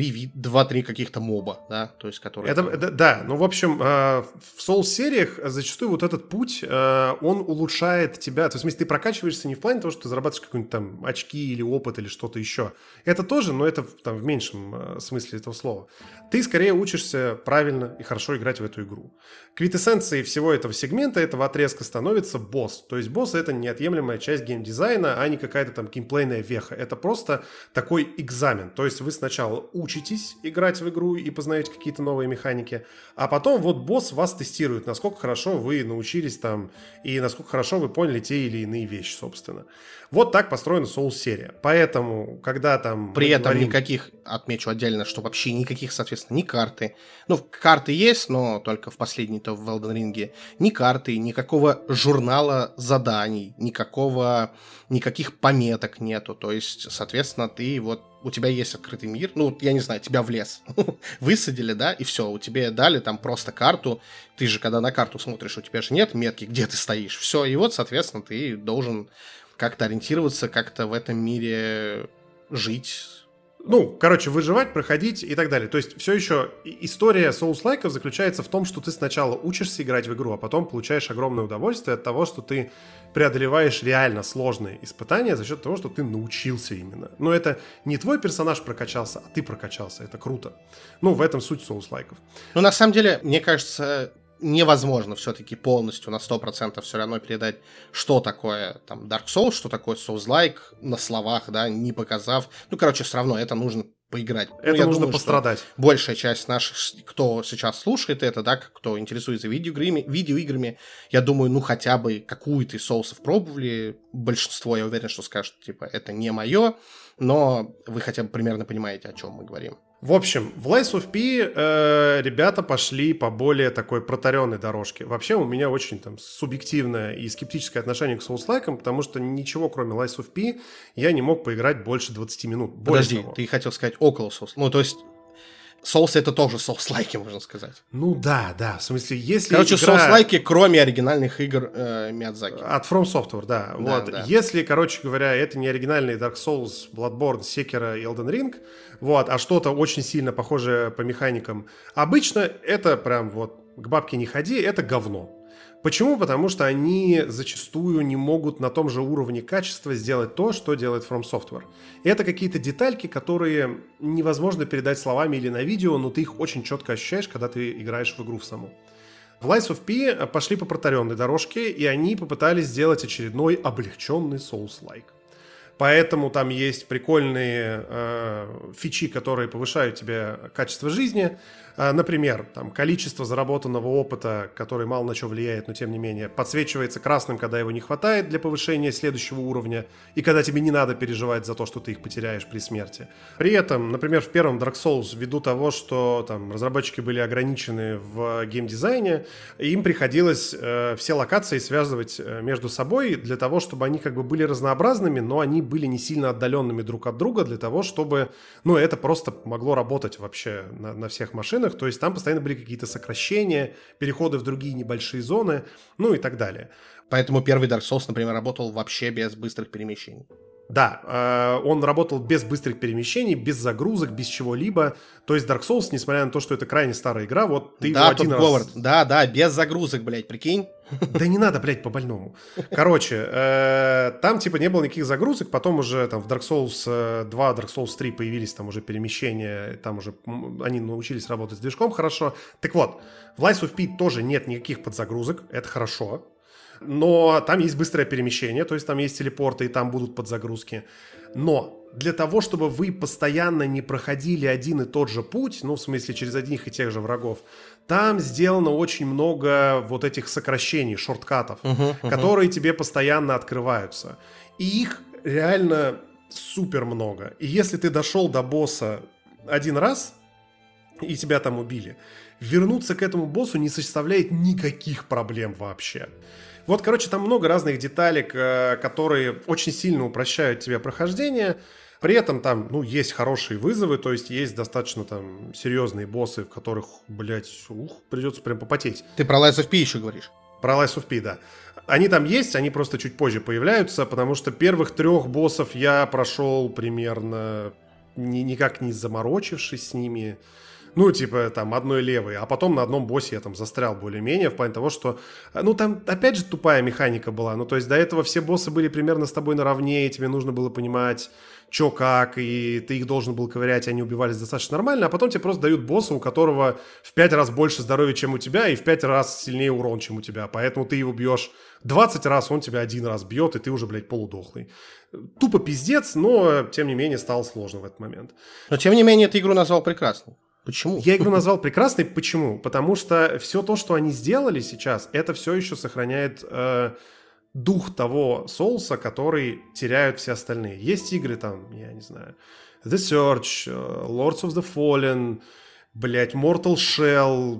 2-3 каких-то моба, да, то есть которые... Да, ну, в общем, в Souls-сериях зачастую вот этот путь, он улучшает тебя, то есть, если ты прокачиваешься не в плане того, что ты зарабатываешь какие-нибудь там очки или опыт или что-то еще, это тоже, но это там в меньшем смысле этого слова. Ты скорее учишься правильно и хорошо играть в эту игру. Квинтэссенцией всего этого сегмента, этого отрезка становится босс. То есть босс — это неотъемлемая часть геймдизайна, а не какая-то там геймплейная веха. Это просто такой экзамен. экзамен. То есть вы сначала учитесь играть в игру и познаете какие-то новые механики, а потом вот босс вас тестирует, насколько хорошо вы научились там и насколько хорошо вы поняли те или иные вещи, собственно. Вот так построена Souls-серия. Поэтому, когда там... При этом никаких, отмечу отдельно, что вообще никаких, соответственно, ни карты. Ну, карты есть, но только в последней-то в Elden Ring. Ни карты, никакого журнала заданий, никаких пометок нету. То есть, соответственно, ты вот... У тебя есть открытый мир, ну, я не знаю, тебя в лес высадили, да, и все, у тебя дали там просто карту. Ты же, когда на карту смотришь, у тебя же нет метки, где ты стоишь. Все, и вот, соответственно, ты должен как-то ориентироваться, как-то в этом мире жить. Ну, короче, выживать, проходить и так далее. То есть все еще история Souls-лайков заключается в том, что ты сначала учишься играть в игру, а потом получаешь огромное удовольствие от того, что ты преодолеваешь реально сложные испытания за счет того, что ты научился именно. Но это не твой персонаж прокачался, а ты прокачался. Это круто. Ну, в этом суть Souls-лайков. Ну, на самом деле, мне кажется, невозможно все-таки полностью на 100% все равно передать, что такое там Dark Souls, что такое Souls-like на словах, да, не показав. Ну, короче, все равно это нужно поиграть. Это я нужно думаю, пострадать. Большая часть наших, кто сейчас слушает это, да, кто интересуется видеоиграми, я думаю, ну, хотя бы какую-то из соусов пробовали. Большинство, я уверен, что скажут, типа, это не мое, но вы хотя бы примерно понимаете, о чем мы говорим. В общем, в Lies of P ребята пошли по более такой протаренной дорожке. Вообще у меня очень там субъективное и скептическое отношение к Souls-лайкам, потому что ничего, кроме Lies of P, я не мог поиграть больше 20 минут. Подожди, ты хотел сказать около Souls. Ну, то есть Souls это тоже Souls-лайки, можно сказать. Ну да, в смысле, если короче, Souls-лайки, кроме оригинальных игр Миядзаки. От From Software, да. Вот. Да. Если, короче говоря, это не оригинальные Dark Souls, Bloodborne, Sekiro и Elden Ring, вот, а что-то очень сильно похожее по механикам, обычно это прям вот к бабке не ходи, это говно. Почему? Потому что они зачастую не могут на том же уровне качества сделать то, что делает From Software. И это какие-то детальки, которые невозможно передать словами или на видео, но ты их очень четко ощущаешь, когда ты играешь в игру в саму. В Lies of P пошли по протаренной дорожке, и они попытались сделать очередной облегченный Souls-like. Поэтому там есть прикольные фичи, которые повышают тебе качество жизни. Например, там, количество заработанного опыта, который мало на что влияет, но тем не менее, подсвечивается красным, когда его не хватает для повышения следующего уровня, и когда тебе не надо переживать за то, что ты их потеряешь при смерти. При этом, например, в первом Dark Souls, ввиду того, что там разработчики были ограничены в геймдизайне, им приходилось все локации связывать между собой для того, чтобы они как бы были разнообразными, но они были не сильно отдаленными друг от друга для того, чтобы, ну, это просто могло работать вообще на всех машинах. То есть там постоянно были какие-то сокращения, переходы в другие небольшие зоны, ну и так далее. Поэтому первый Dark Souls, например, работал вообще без быстрых перемещений. Да, он работал без быстрых перемещений, без загрузок, без чего-либо. То есть Dark Souls, несмотря на то, что это крайне старая игра, вот ты да, его один раз... Говард. Да, без загрузок, блядь, прикинь. Да не надо, блядь, по-больному. Короче, там типа не было никаких загрузок, потом уже там в Dark Souls 2, Dark Souls 3 появились там уже перемещения, там уже они научились работать с движком хорошо. Так вот, в Lies of P тоже нет никаких подзагрузок, это хорошо. Но там есть быстрое перемещение, то есть там есть телепорты, и там будут подзагрузки. Но для того, чтобы вы постоянно не проходили один и тот же путь, ну, в смысле, через одних и тех же врагов, там сделано очень много вот этих сокращений, шорткатов, которые тебе постоянно открываются. И их реально супер много. И если ты дошел до босса один раз, и тебя там убили, вернуться к этому боссу не составляет никаких проблем вообще. Вот, короче, там много разных деталек, которые очень сильно упрощают тебе прохождение. При этом там, ну, есть хорошие вызовы, то есть есть достаточно там серьезные боссы, в которых, блядь, придется прям попотеть. Ты про Lies of P еще говоришь? Про Lies of P, да. Они там есть, они просто чуть позже появляются, потому что первых 3 боссов я прошел примерно никак не заморочившись с ними. Ну, типа, там, одной левой. А потом на одном боссе я там застрял более-менее в плане того, что... Ну, там, опять же, тупая механика была. Ну, то есть, до этого все боссы были примерно с тобой наравне, и тебе нужно было понимать, что как, и ты их должен был ковырять, и они убивались достаточно нормально. А потом тебе просто дают босса, у которого в 5 раз больше здоровья, чем у тебя, и в 5 раз сильнее урон, чем у тебя. Поэтому ты его бьешь 20 раз, он тебя 1 раз бьет, и ты уже, блядь, полудохлый. Тупо пиздец, но, тем не менее, стало сложно в этот момент. Но, тем не менее, ты игру назвал прекрасной. Почему? Я игру назвал прекрасной. Почему? Потому что все то, что они сделали сейчас, это все еще сохраняет дух того соуса, который теряют все остальные. Есть игры там, я не знаю, The Search, Lords of the Fallen, блять, Mortal Shell,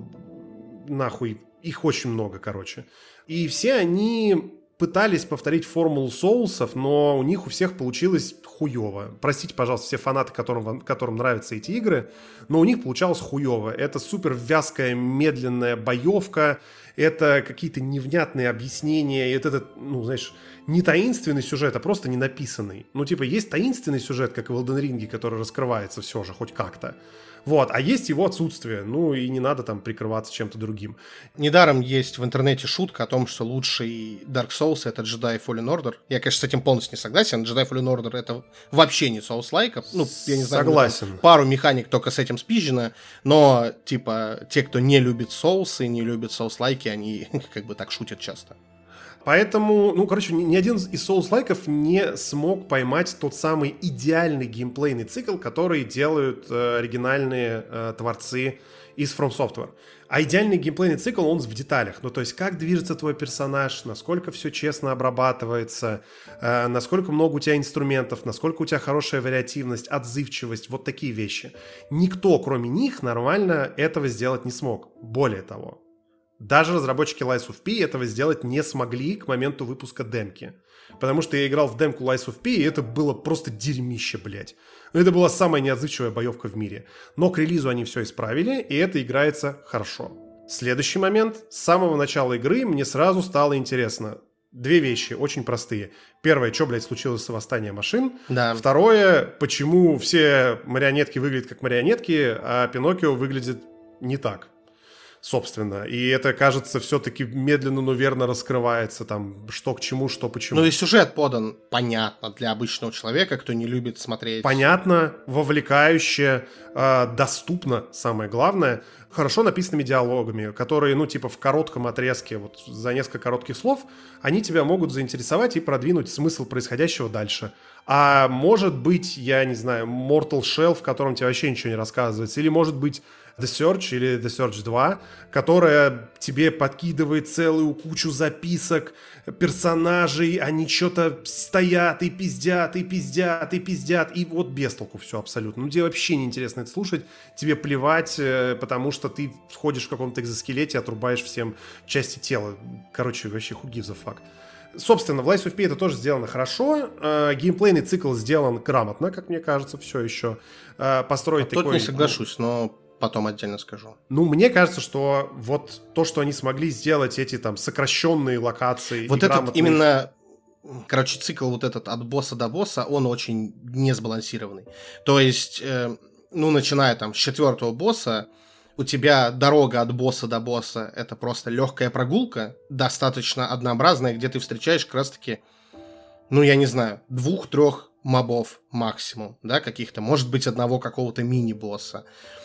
нахуй, их очень много, короче. И все они пытались повторить формулу соусов, но у них у всех получилось хуево. Простите, пожалуйста, все фанаты, которым нравятся эти игры, но у них получалось хуево. Это супер вязкая, медленная боевка, это какие-то невнятные объяснения, и это, ну, знаешь, не таинственный сюжет, а просто не написанный. Ну, типа, есть таинственный сюжет, как и в Elden Ring, который раскрывается все же, хоть как-то. Вот, а есть его отсутствие, ну и не надо там прикрываться чем-то другим. Недаром есть в интернете шутка о том, что лучший Dark Souls — это Jedi Fallen Order. Я, конечно, с этим полностью не согласен. Jedi Fallen Order — это вообще не Souls-like. Ну, я не знаю, согласен. Пару механик только с этим спизжено, но, типа, те, кто не любит Souls и не любит Souls-like, они как бы так шутят часто. Поэтому, ну, короче, ни один из соус-лайков не смог поймать тот самый идеальный геймплейный цикл, который делают оригинальные творцы из From Software. А идеальный геймплейный цикл, он в деталях. Ну, то есть, как движется твой персонаж, насколько все честно обрабатывается, насколько много у тебя инструментов, насколько у тебя хорошая вариативность, отзывчивость, вот такие вещи. Никто, кроме них, нормально этого сделать не смог. Более того, даже разработчики Lies of P этого сделать не смогли к моменту выпуска демки. Потому что я играл в демку Lies of P, и это было просто дерьмище, блядь. Это была самая неотзывчивая боевка в мире. Но к релизу они все исправили, и это играется хорошо. Следующий момент. С самого начала игры мне сразу стало интересно. Две вещи, очень простые. Первое, что, блядь, случилось с восстанием машин. Да. Второе, почему все марионетки выглядят как марионетки, а Пиноккио выглядит не так. Собственно. И это, кажется, все-таки медленно, но верно раскрывается, там, что к чему, что почему. Ну и сюжет подан понятно для обычного человека, кто не любит смотреть. Понятно, вовлекающе, доступно, самое главное, хорошо написанными диалогами, которые, ну, типа, в коротком отрезке, вот за несколько коротких слов, они тебя могут заинтересовать и продвинуть смысл происходящего дальше. А может быть, я не знаю, Mortal Shell, в котором тебе вообще ничего не рассказывается, или может быть The Search или The Search 2, которая тебе подкидывает целую кучу записок, персонажей, они что-то стоят и пиздят, и пиздят, и пиздят, и вот без толку все абсолютно. Ну, тебе вообще неинтересно это слушать, тебе плевать, потому что ты входишь в каком-то экзоскелете, отрубаешь всем части тела. Короче, вообще who gives a fuck. Собственно, в Lies of P это тоже сделано хорошо. Геймплейный цикл сделан грамотно, как мне кажется, все еще. Построить такой... Тут не соглашусь, но потом отдельно скажу. Ну, мне кажется, что вот то, что они смогли сделать, эти там сокращенные локации... Вот этот именно... Короче, цикл вот этот от босса до босса, он очень несбалансированный. То есть, ну, начиная там с 4-го босса, у тебя дорога от босса до босса — это просто легкая прогулка, достаточно однообразная, где ты встречаешь как раз-таки, ну, я не знаю, 2-3 мобов максимум, да, каких-то, может быть, одного какого-то мини-босса.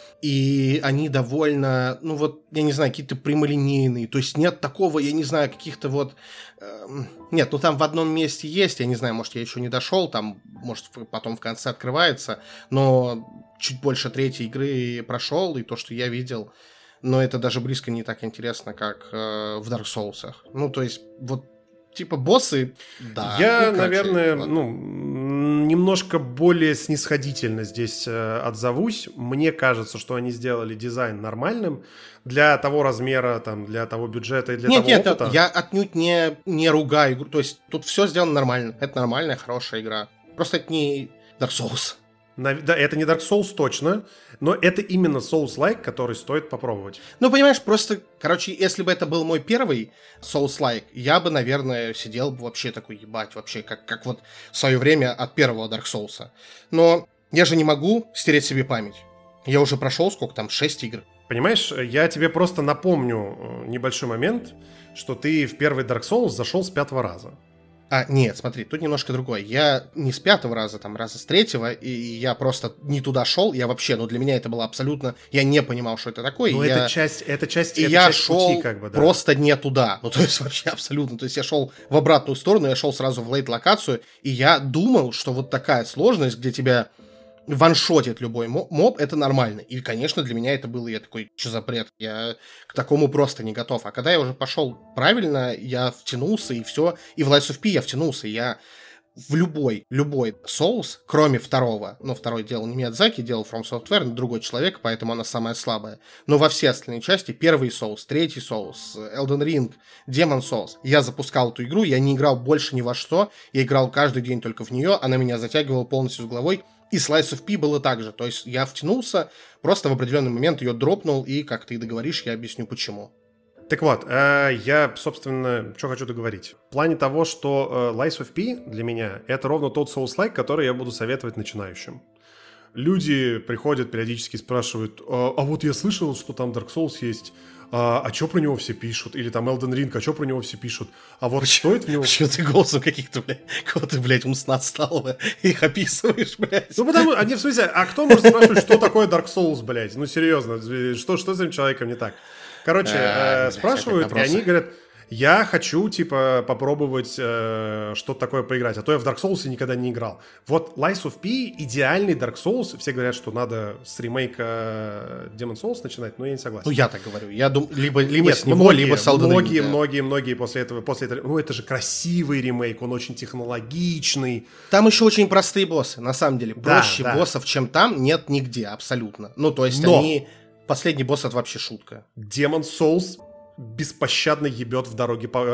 И они довольно, ну вот, я не знаю, какие-то прямолинейные. То есть нет такого, я не знаю, каких-то вот... Нет, ну там в одном месте есть, я не знаю, может, я еще не дошел, там, может, потом в конце открывается, но чуть больше 3-й игры прошел, и то, что я видел, но это даже близко не так интересно, как в Dark Souls. Ну, то есть, вот, типа, боссы, да. Я, наверное, немножко более снисходительно здесь отзовусь. Мне кажется, что они сделали дизайн нормальным для того размера, там, для того бюджета и для того опыта. Нет, я отнюдь не ругаю игру. То есть тут все сделано нормально. Это нормальная, хорошая игра. Просто это не Dark Souls. Да, это не Dark Souls точно, но это именно Souls-like, который стоит попробовать. Ну, понимаешь, просто, короче, если бы это был мой первый Souls-like, я бы, наверное, сидел бы вообще такой, ебать, вообще, как вот в свое время от первого Dark Souls. Но я же не могу стереть себе память. Я уже прошел, сколько там, 6 игр. Понимаешь, я тебе просто напомню небольшой момент, что ты в первый Dark Souls зашел с 5-го раза. Нет, смотри, тут немножко другое. Я не с 5-го раза, там, раза с 3-го, и я просто не туда шел, я вообще, для меня это было абсолютно... Я не понимал, что это такое. Ну, это часть шел пути, как бы, да. просто не туда. То есть, вообще абсолютно. То есть, я шел в обратную сторону, я шел сразу в лейт-локацию, и я думал, что вот такая сложность, где тебя ваншотит любой моб, это нормально. И, конечно, для меня это было, я такой, что за бред? Я к такому просто не готов. А когда я уже пошел правильно, я втянулся, и все. И в Lies of P я втянулся. Я в любой Souls, кроме второго, второй делал не Миядзаки, делал From Software, но другой человек, поэтому она самая слабая. Но во все остальные части, первый Souls, третий Souls, Elden Ring, Demon Souls, я запускал эту игру, я не играл больше ни во что, я играл каждый день только в нее, она меня затягивала полностью с головой. И с Lies of P было так же. То есть я втянулся, просто в определенный момент ее дропнул, и, как ты договоришь, я объясню, почему. Так вот, я, собственно, что хочу договорить. В плане того, что Lies of P для меня это ровно тот Souls-like, который я буду советовать начинающим. Люди приходят, периодически спрашивают, а вот я слышал, что там Dark Souls есть, а что про него все пишут? Или там Elden Ring, а что про него все пишут? А вот стоит в него... Почему ты голосом каких-то, кого-то, умственно отсталого их описываешь, блядь? Потому, в смысле, а кто может спрашивать, что такое Dark Souls, блядь? Серьезно, что с этим человеком не так? Короче, спрашивают, и они говорят, я хочу, попробовать что-то такое поиграть, а то я в Dark Souls никогда не играл. Вот Lies of P идеальный Dark Souls. Все говорят, что надо с ремейка Demon Souls начинать, но я не согласен. Я так говорю. Я думаю, либо нет, с него, либо с Elden Ring. Многие после этого... это же красивый ремейк, он очень технологичный. Там еще очень простые боссы, на самом деле. Проще боссов, чем там, нет нигде, абсолютно. Они... Последний босс — это вообще шутка. Demon Souls беспощадно ебет по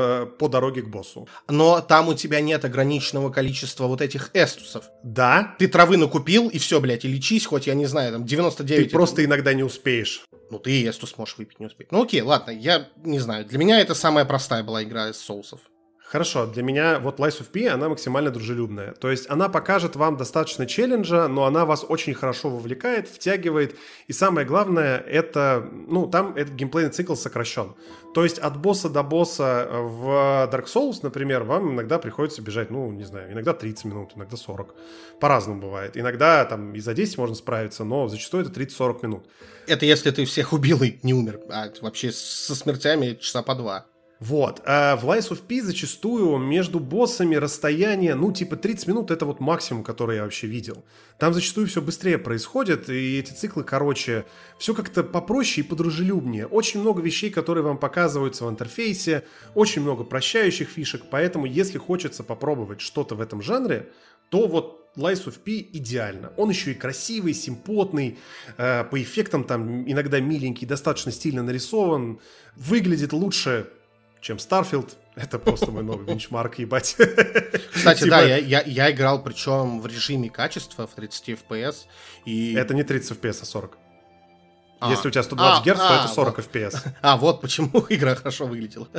дороге к боссу. Но там у тебя нет ограниченного количества вот этих эстусов. Да. Ты травы накупил, и все, блядь, и лечись, хоть, я не знаю, там 99... Ты просто иногда не успеешь. Ты и эстус можешь выпить, не успеть. Окей, ладно, я не знаю. Для меня это самая простая была игра из соусов. Хорошо, для меня вот Lies of P, она максимально дружелюбная. То есть она покажет вам достаточно челленджа, но она вас очень хорошо вовлекает, втягивает. И самое главное, это, там этот геймплейный цикл сокращен. То есть от босса до босса в Dark Souls, например, вам иногда приходится бежать, иногда 30 минут, иногда 40. По-разному бывает. Иногда там и за 10 можно справиться, но зачастую это 30-40 минут. Это если ты всех убил и не умер, а вообще со смертями часа по 2. Вот, а в Lies of P зачастую между боссами расстояние, 30 минут — это вот максимум, который я вообще видел. Там зачастую все быстрее происходит, и эти циклы короче, все как-то попроще и подружелюбнее. Очень много вещей, которые вам показываются в интерфейсе, очень много прощающих фишек, поэтому если хочется попробовать что-то в этом жанре, то вот Lies of P идеально. Он еще и красивый, симпотный, по эффектам там иногда миленький, достаточно стильно нарисован, выглядит лучше, чем Starfield. Это просто мой новый бенчмарк, ебать. Кстати, да, я играл, причем в режиме качества в 30 FPS. И... Это не 30 FPS, а 40. Если у тебя 120 Гц, то это 40 FPS. Вот почему игра хорошо выглядела.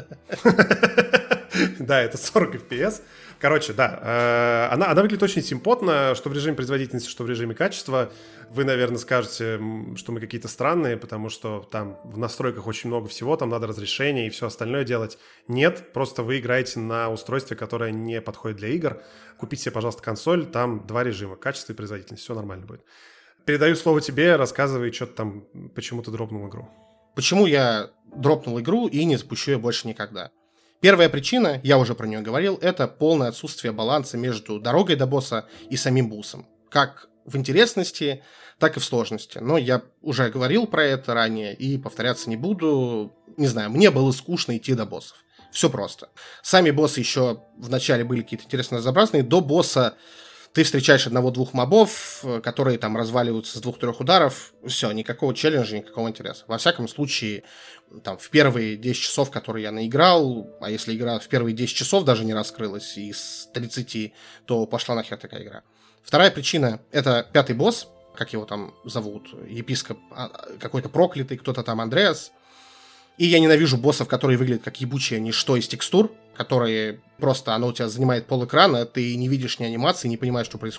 Да, это 40 FPS. Короче, да, она выглядит очень симпотно, что в режиме производительности, что в режиме качества. Вы, наверное, скажете, что мы какие-то странные, потому что там в настройках очень много всего, там надо разрешение и все остальное делать. Нет, просто вы играете на устройстве, которое не подходит для игр. Купите себе, пожалуйста, консоль, там 2 режима, качество и производительность, все нормально будет. Передаю слово тебе, рассказывай, что ты там, почему ты дропнул игру. Почему я дропнул игру и не запущу ее больше никогда? Первая причина, я уже про нее говорил, это полное отсутствие баланса между дорогой до босса и самим боссом. Как в интересности, так и в сложности. Но я уже говорил про это ранее и повторяться не буду. Не знаю, мне было скучно идти до боссов. Все просто. Сами боссы еще вначале были какие-то интересно разнообразные. До босса ты встречаешь одного-двух мобов, которые там разваливаются с 2-3 ударов. Все, никакого челленджа, никакого интереса. Во всяком случае, там, в первые 10 часов, которые я наиграл, а если игра в первые 10 часов даже не раскрылась из 30, то пошла нахер такая игра. Вторая причина — это 5-й босс, как его там зовут, епископ какой-то проклятый, кто-то там Андреас. И я ненавижу боссов, которые выглядят как ебучее ничто из текстур, которые просто, оно у тебя занимает полэкрана, ты не видишь ни анимации, не понимаешь, что происходит.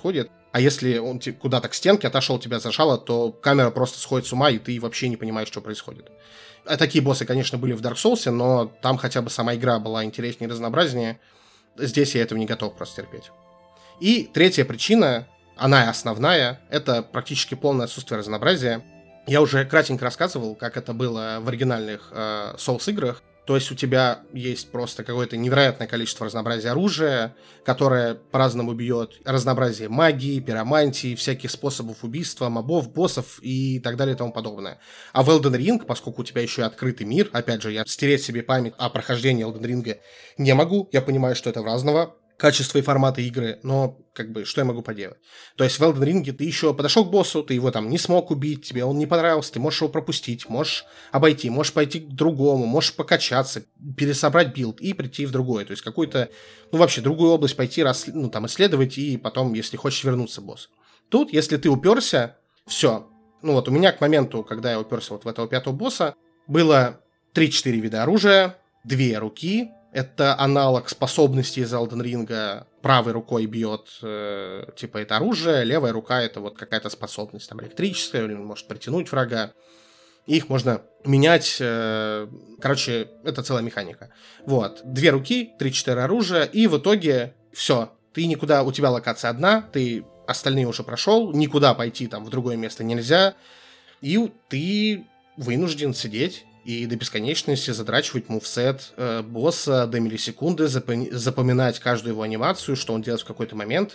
А если он куда-то к стенке отошел, тебя зажало, то камера просто сходит с ума, и ты вообще не понимаешь, что происходит. А такие боссы, конечно, были в Dark Souls, но там хотя бы сама игра была интереснее и разнообразнее. Здесь я этого не готов просто терпеть. И третья причина, она и основная, это практически полное отсутствие разнообразия. Я уже кратенько рассказывал, как это было в оригинальных Souls-играх. То есть у тебя есть просто какое-то невероятное количество разнообразия оружия, которое по-разному бьет, разнообразие магии, пиромантии, всяких способов убийства, мобов, боссов и так далее и тому подобное. А в Elden Ring, поскольку у тебя еще и открытый мир, опять же, я стереть себе память о прохождении Elden Ring не могу, я понимаю, что это разного качества и формата игры, но как бы что я могу поделать? То есть в Elden Ring ты еще подошел к боссу, ты его там не смог убить, тебе он не понравился, ты можешь его пропустить, можешь обойти, можешь пойти к другому, можешь покачаться, пересобрать билд и прийти в другое. То есть какую-то, вообще другую область пойти, там исследовать и потом, если хочешь, вернуться босс. Тут, если ты уперся, все. У меня к моменту, когда я уперся вот в этого 5-го босса, было 3-4 вида оружия, 2 руки. Это аналог способности из Elden Ring. Правой рукой бьет, это оружие, левая рука — это вот какая-то способность, там, электрическая, или может притянуть врага. Их можно менять. Короче, это целая механика. 2 руки, 3-4 оружия, и в итоге все. Ты никуда, у тебя локация одна, ты остальные уже прошел, никуда пойти там в другое место нельзя, и ты вынужден сидеть и до бесконечности задрачивать мувсет босса до миллисекунды, запоминать каждую его анимацию, что он делает в какой-то момент.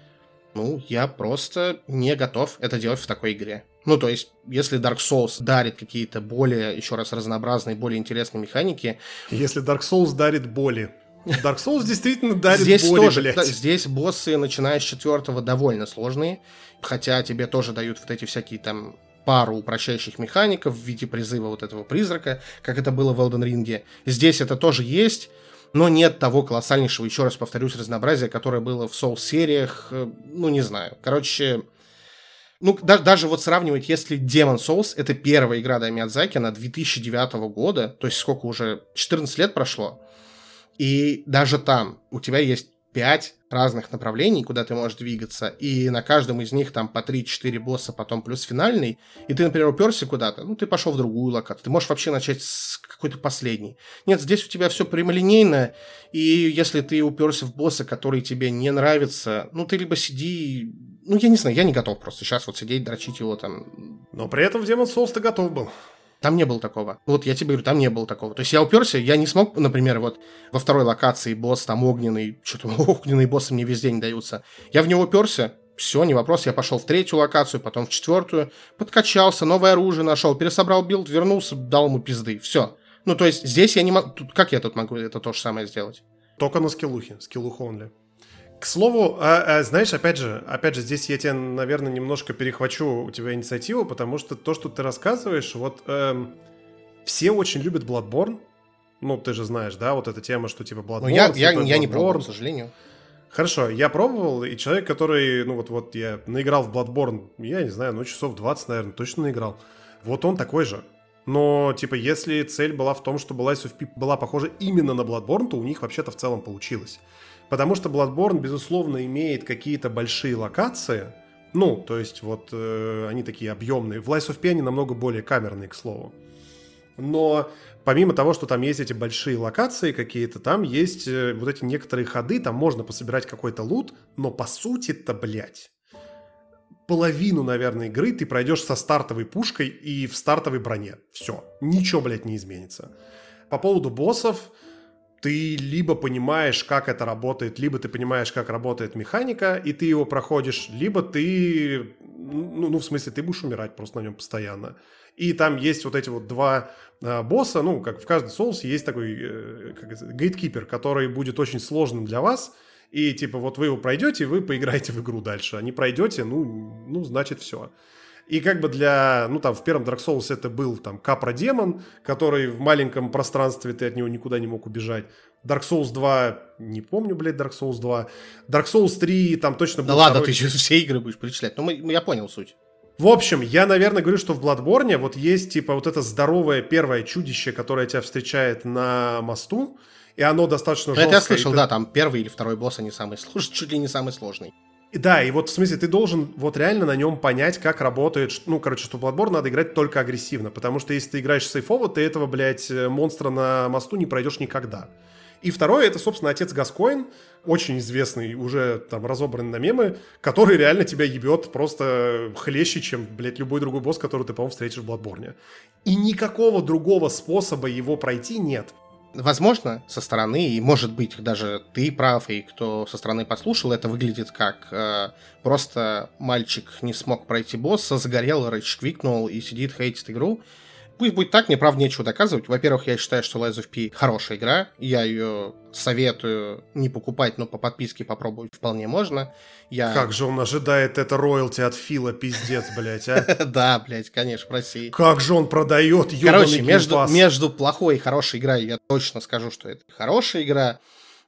Я просто не готов это делать в такой игре. То есть, если Dark Souls дарит какие-то более, еще раз, разнообразные, более интересные механики... Если Dark Souls дарит боли. Dark Souls действительно дарит здесь боли, тоже, блядь. Здесь боссы, начиная с 4-го, довольно сложные, хотя тебе тоже дают вот эти всякие там... пару упрощающих механиков в виде призыва вот этого призрака, как это было в Elden Ring. Здесь это тоже есть, но нет того колоссальнейшего, еще раз повторюсь, разнообразия, которое было в Souls-сериях, не знаю. Короче, даже вот сравнивать, если Demon's Souls — это первая игра до Миядзаки, она 2009 года, то есть сколько уже, 14 лет прошло, и даже там у тебя есть 5 разных направлений, куда ты можешь двигаться, и на каждом из них там по 3-4 босса, потом плюс финальный, и ты, например, уперся куда-то, ты пошел в другую локацию, ты можешь вообще начать с какой-то последней. Нет, здесь у тебя все прямолинейно, и если ты уперся в босса, который тебе не нравится, ты либо сиди... я не знаю, я не готов просто сейчас вот сидеть, дрочить его там. Но при этом в Demon's Souls ты готов был. Там не было такого. Я тебе говорю, там не было такого. То есть я уперся, я не смог, например, во второй локации босс там огненный, что-то огненные боссы мне везде не даются. Я в него уперся, все, не вопрос, я пошел в 3-ю локацию, потом в 4-ю, подкачался, новое оружие нашел, пересобрал билд, вернулся, дал ему пизды, все. То есть здесь я не могу, как я тут могу это то же самое сделать? Только на скиллухе only. К слову, знаешь, опять же, здесь я тебя, наверное, немножко перехвачу у тебя инициативу, потому что то, что ты рассказываешь, все очень любят Bloodborne. Ты же знаешь, да, вот эта тема, что типа Bloodborne... Я не пробовал, к сожалению. Хорошо, я пробовал, и человек, который, я наиграл в Bloodborne, я не знаю, часов 20, наверное, точно наиграл. Он такой же. Но, если цель была в том, чтобы Lies of P была похожа именно на Bloodborne, то у них вообще-то в целом получилось. Потому что Bloodborne, безусловно, имеет какие-то большие локации. То есть они такие объемные. В Lies of P они намного более камерные, к слову. Но помимо того, что там есть эти большие локации какие-то, там есть вот эти некоторые ходы, там можно пособирать какой-то лут, но по сути-то, блядь, половину, наверное, игры ты пройдешь со стартовой пушкой и в стартовой броне. Все. Ничего, блядь, не изменится. По поводу боссов... Ты либо понимаешь, как это работает, либо ты понимаешь, как работает механика, и ты его проходишь, либо ты, в смысле, ты будешь умирать просто на нем постоянно. И там есть вот эти 2 босса, как в каждом соусе есть такой гейткипер, который будет очень сложным для вас, и вы его пройдете, и вы поиграете в игру дальше, а не пройдете, значит все. И в первом Dark Souls это был Капра-демон, который в маленьком пространстве, ты от него никуда не мог убежать. Dark Souls 2, не помню, Dark Souls 2. Dark Souls 3, там точно был... Да ладно, ты сейчас все игры будешь перечислять. Я понял суть. В общем, я, наверное, говорю, что в Bloodborne есть это здоровое первое чудище, которое тебя встречает на мосту, и оно достаточно жесткое. Это я слышал, да, там первый или второй босс, они самые сложные, чуть ли не самый сложный. Да, и вот в смысле ты должен вот реально на нем понять, как работает, ну, короче, что Bloodborne надо играть только агрессивно, потому что если ты играешь сейфово, ты этого, блядь, монстра на мосту не пройдешь никогда. И второе, это, собственно, отец Гаскоин, очень известный, уже там разобранный на мемы, который реально тебя ебет просто хлеще, чем, блядь, любой другой босс, который ты, по-моему, встретишь в Bloodborne. И никакого другого способа его пройти нет. Возможно, со стороны, и может быть, даже ты прав, и кто со стороны послушал, это выглядит как просто мальчик не смог пройти босса, загорел, рейдж-квикнул и сидит, хейтит игру. Пусть будет так, мне правда нечего доказывать. Во-первых, я считаю, что Lies of P хорошая игра, я ее советую не покупать, но по подписке попробовать вполне можно. Как же он ожидает это роялти от Фила, пиздец, блядь, а? Да, блядь, конечно, прости. Как же он продает, ёбаный Короче, геймпасс. между плохой и хорошей игрой я точно скажу, что это хорошая игра,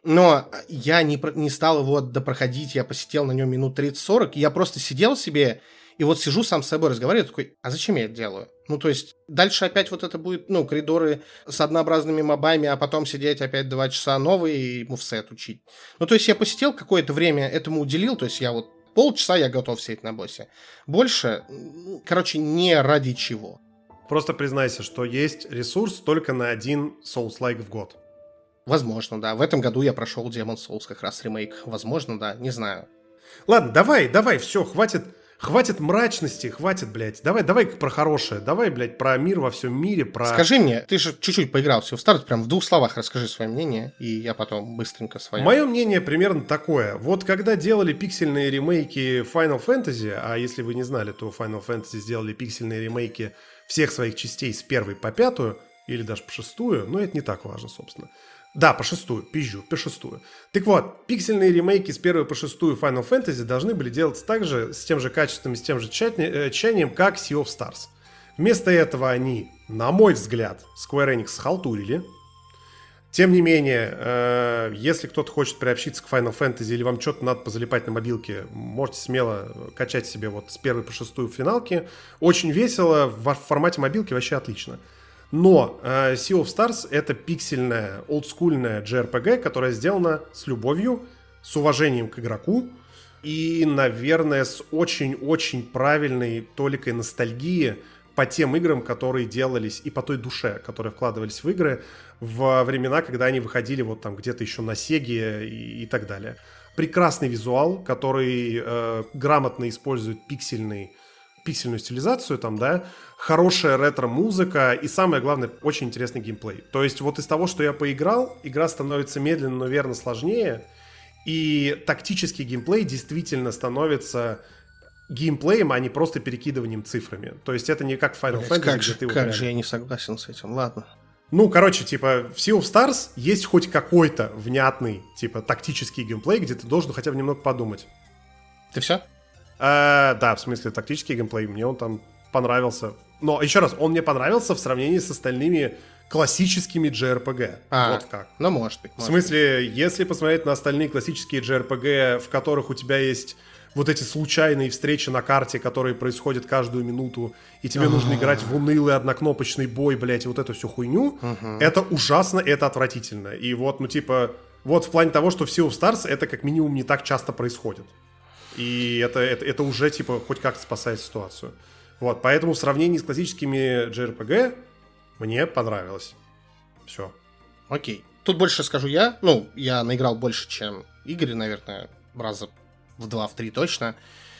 но я не стал его допроходить, я посидел на нем минут 30-40, я просто сидел себе и вот сижу сам с собой разговариваю, такой, а зачем я это делаю? Ну, то есть, дальше опять вот это будет, ну, коридоры с однообразными мобами, а потом сидеть опять 2 часа новые и мувсет учить. Ну, то есть, я посидел какое-то время, этому уделил, то есть, я вот полчаса я готов сидеть на боссе. Больше, короче, не ради чего. Просто признайся, что есть ресурс только на один Souls-like в год. Возможно, да. В этом году я прошел Demon's Souls как раз ремейк. Возможно, да, не знаю. Ладно, давай, все, хватит мрачности, хватит, блядь. Давай про хорошее, давай, блядь, про мир во всем мире, про... Скажи мне, ты же чуть-чуть поиграл в Sea of Stars, прям в 2 словах расскажи свое мнение, и я потом быстренько свое. Мое мнение примерно такое. Вот когда делали пиксельные ремейки Final Fantasy, а если вы не знали, то Final Fantasy сделали пиксельные ремейки всех своих частей с 1 по 5, или даже по 6, но это не так важно, собственно. Да, по 6, пизжу, по 6. Так вот, пиксельные ремейки с 1 по 6 Final Fantasy должны были делаться также, с тем же качеством и с тем же тщанием, как Sea of Stars. Вместо этого они, на мой взгляд, Square Enix схалтурили. Тем не менее, если кто-то хочет приобщиться к Final Fantasy или вам что-то надо позалипать на мобилке, можете смело качать себе вот с 1 по 6 финалки. Очень весело, в формате мобилки вообще отлично. Но Sea of Stars — это пиксельная, олдскульная JRPG, которая сделана с любовью, с уважением к игроку и, наверное, с очень-очень правильной толикой ностальгии по тем играм, которые делались, и по той душе, которые вкладывались в игры во времена, когда они выходили вот там где-то еще на Сеге и так далее. Прекрасный визуал, который грамотно использует пиксельную стилизацию, там, да, хорошая ретро-музыка и, самое главное, очень интересный геймплей. То есть вот из того, что я поиграл, игра становится медленно, но верно сложнее, и тактический геймплей действительно становится геймплеем, а не просто перекидыванием цифрами. То есть это не как Final Fantasy, Как же я не согласен с этим, ладно. Ну, короче, типа, в Sea of Stars есть хоть какой-то внятный, типа, тактический геймплей, где ты должен хотя бы немного подумать. Ты все? Да, в смысле, тактический геймплей, мне он там понравился. Но, еще раз, он мне понравился в сравнении с остальными классическими JRPG. Вот как. Ну, может быть. В смысле, если посмотреть на остальные классические JRPG, в которых у тебя есть вот эти случайные встречи на карте, которые происходят каждую минуту, и тебе нужно играть в унылый однокнопочный бой, блять, и вот эту всю хуйню, это ужасно, это отвратительно. И вот, ну, типа, вот в плане того, что в Sea of Stars это как минимум не так часто происходит. И это уже, типа, хоть как-то спасает ситуацию. Вот, поэтому в сравнении с классическими JRPG мне понравилось. Все. Окей. Тут больше скажу я. Ну, я наиграл больше, чем Игорь, наверное, раза в 2-3 точно.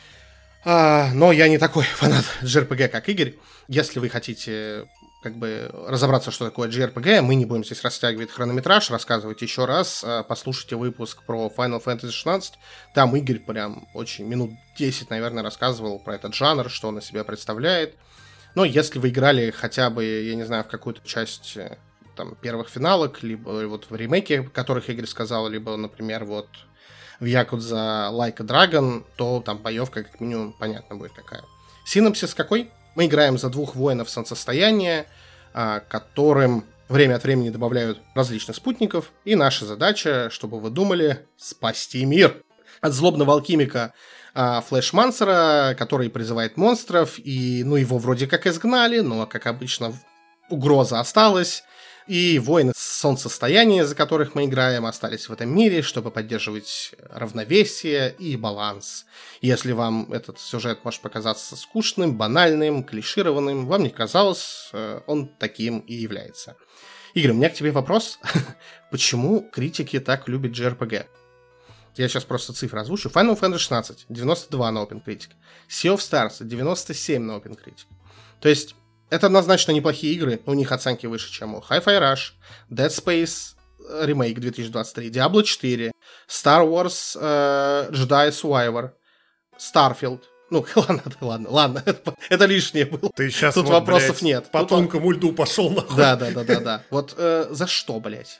Но я не такой фанат JRPG, как Игорь. Если вы хотите как бы разобраться, что такое JRPG, мы не будем здесь растягивать хронометраж, рассказывать еще раз. Послушайте выпуск про Final Fantasy 16. Там Игорь прям очень минут 10, наверное, рассказывал про этот жанр, что он из себя представляет. Но если вы играли хотя бы, я не знаю, в какую-то часть там, первых финалок, либо вот в ремейке, о которых Игорь сказал, либо, например, вот в Yakuza Like a Dragon, то там боевка как минимум понятно будет какая. Синопсис какой? Мы играем за 2 воинов солнцестояния, которым время от времени добавляют различных спутников, и наша задача, чтобы вы думали, спасти мир от злобного алхимика Флэшмансера, который призывает монстров, и, ну, его вроде как изгнали, но, как обычно, угроза осталась, И воины солнцестояния, за которых мы играем, остались в этом мире, чтобы поддерживать равновесие и баланс. Если вам этот сюжет может показаться скучным, банальным, клишированным, вам не казалось, он таким и является. Игорь, у меня к тебе вопрос. Почему критики так любят JRPG? Я сейчас просто цифры озвучу. Final Fantasy 16, 92 на OpenCritic. Sea of Stars, 97 на OpenCritic. То есть, это однозначно неплохие игры. У них оценки выше, чем у Hi-Fi Rush, Dead Space Remake 2023, Diablo 4, Star Wars Jedi Survivor, Starfield. Ну, ладно, это лишнее было. Ты сейчас тут вот, вопросов блядь, нет. По тонкому льду пошел нахуй. Да. Вот за что, блядь?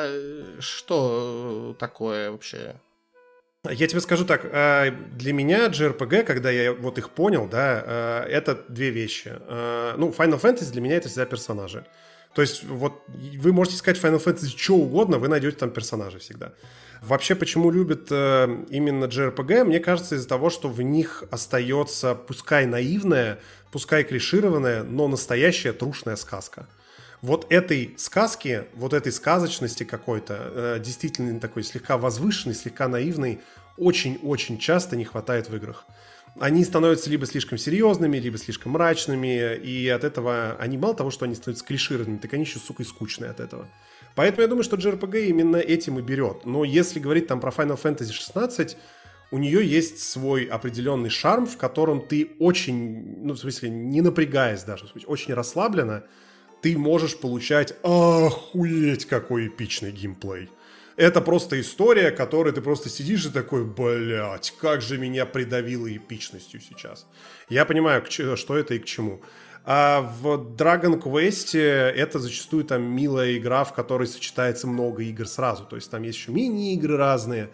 Что такое вообще? Я тебе скажу так, для меня JRPG, когда я вот их понял, да, это две вещи. Ну, Final Fantasy для меня это всегда персонажи. То есть вот вы можете искать в Final Fantasy что угодно, вы найдете там персонажей всегда. Вообще, почему любят именно JRPG, мне кажется, из-за того, что в них остается пускай наивная, пускай клишированная, но настоящая трушная сказка. Вот этой сказки, вот этой сказочности какой-то, действительно такой слегка возвышенной, слегка наивной, очень-очень часто не хватает в играх. Они становятся либо слишком серьезными, либо слишком мрачными, и от этого они мало того, что они становятся клишированными, так они еще, сука, и скучные от этого. Поэтому я думаю, что JRPG именно этим и берет. Но если говорить там про Final Fantasy 16, у нее есть свой определенный шарм, в котором ты очень, ну, в смысле, не напрягаясь даже, в смысле, очень расслабленно, ты можешь получать охуеть какой эпичный геймплей. Это просто история, которой ты просто сидишь и такой, блять, как же меня придавило эпичностью сейчас. Я понимаю, что это и к чему. А в Dragon Quest это зачастую там милая игра, в которой сочетается много игр сразу. То есть там есть еще мини-игры разные.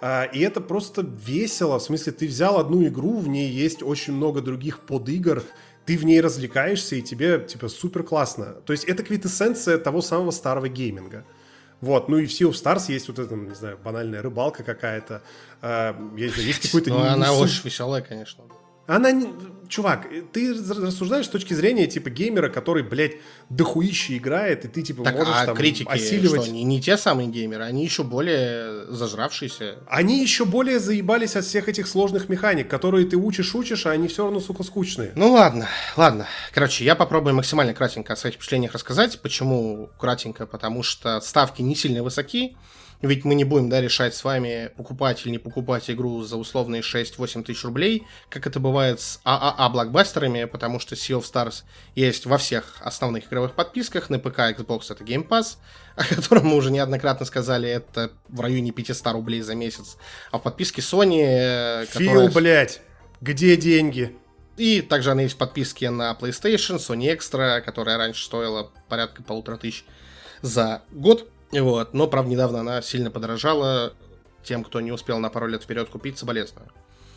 И это просто весело. В смысле, ты взял одну игру, в ней есть очень много других подигр, ты в ней развлекаешься, и тебе, типа, супер классно. То есть это квинтэссенция того самого старого гейминга. Вот, ну и в Sea of Stars есть вот эта, не знаю, банальная рыбалка какая-то. Я не знаю, есть какой-то... Ну, она очень веселая, конечно. Она не... Чувак, ты рассуждаешь с точки зрения, типа, геймера, который, блядь, дохуище играет, и ты, типа, так, можешь там критики, осиливать... что, не те самые геймеры, они еще более зажравшиеся. Они еще более заебались от всех этих сложных механик, которые ты учишь, а они все равно, сука, скучные. Ну, ладно. Короче, я попробую максимально кратенько о своих впечатлениях рассказать. Почему кратенько? Потому что ставки не сильно высоки. Ведь мы не будем, да, решать с вами, покупать или не покупать игру за условные 6-8 тысяч рублей, как это бывает с ААА-блокбастерами, потому что Sea of Stars есть во всех основных игровых подписках. На ПК, Xbox это Game Pass, о котором мы уже неоднократно сказали, это в районе 500 рублей за месяц. А в подписке Sony... Фил, блядь, где деньги? И также она есть в подписке на PlayStation, Sony Extra, которая раньше стоила порядка 1500 за год. Вот. Но, правда, недавно она сильно подорожала. Тем, кто не успел на пару лет вперед купить, соболезную.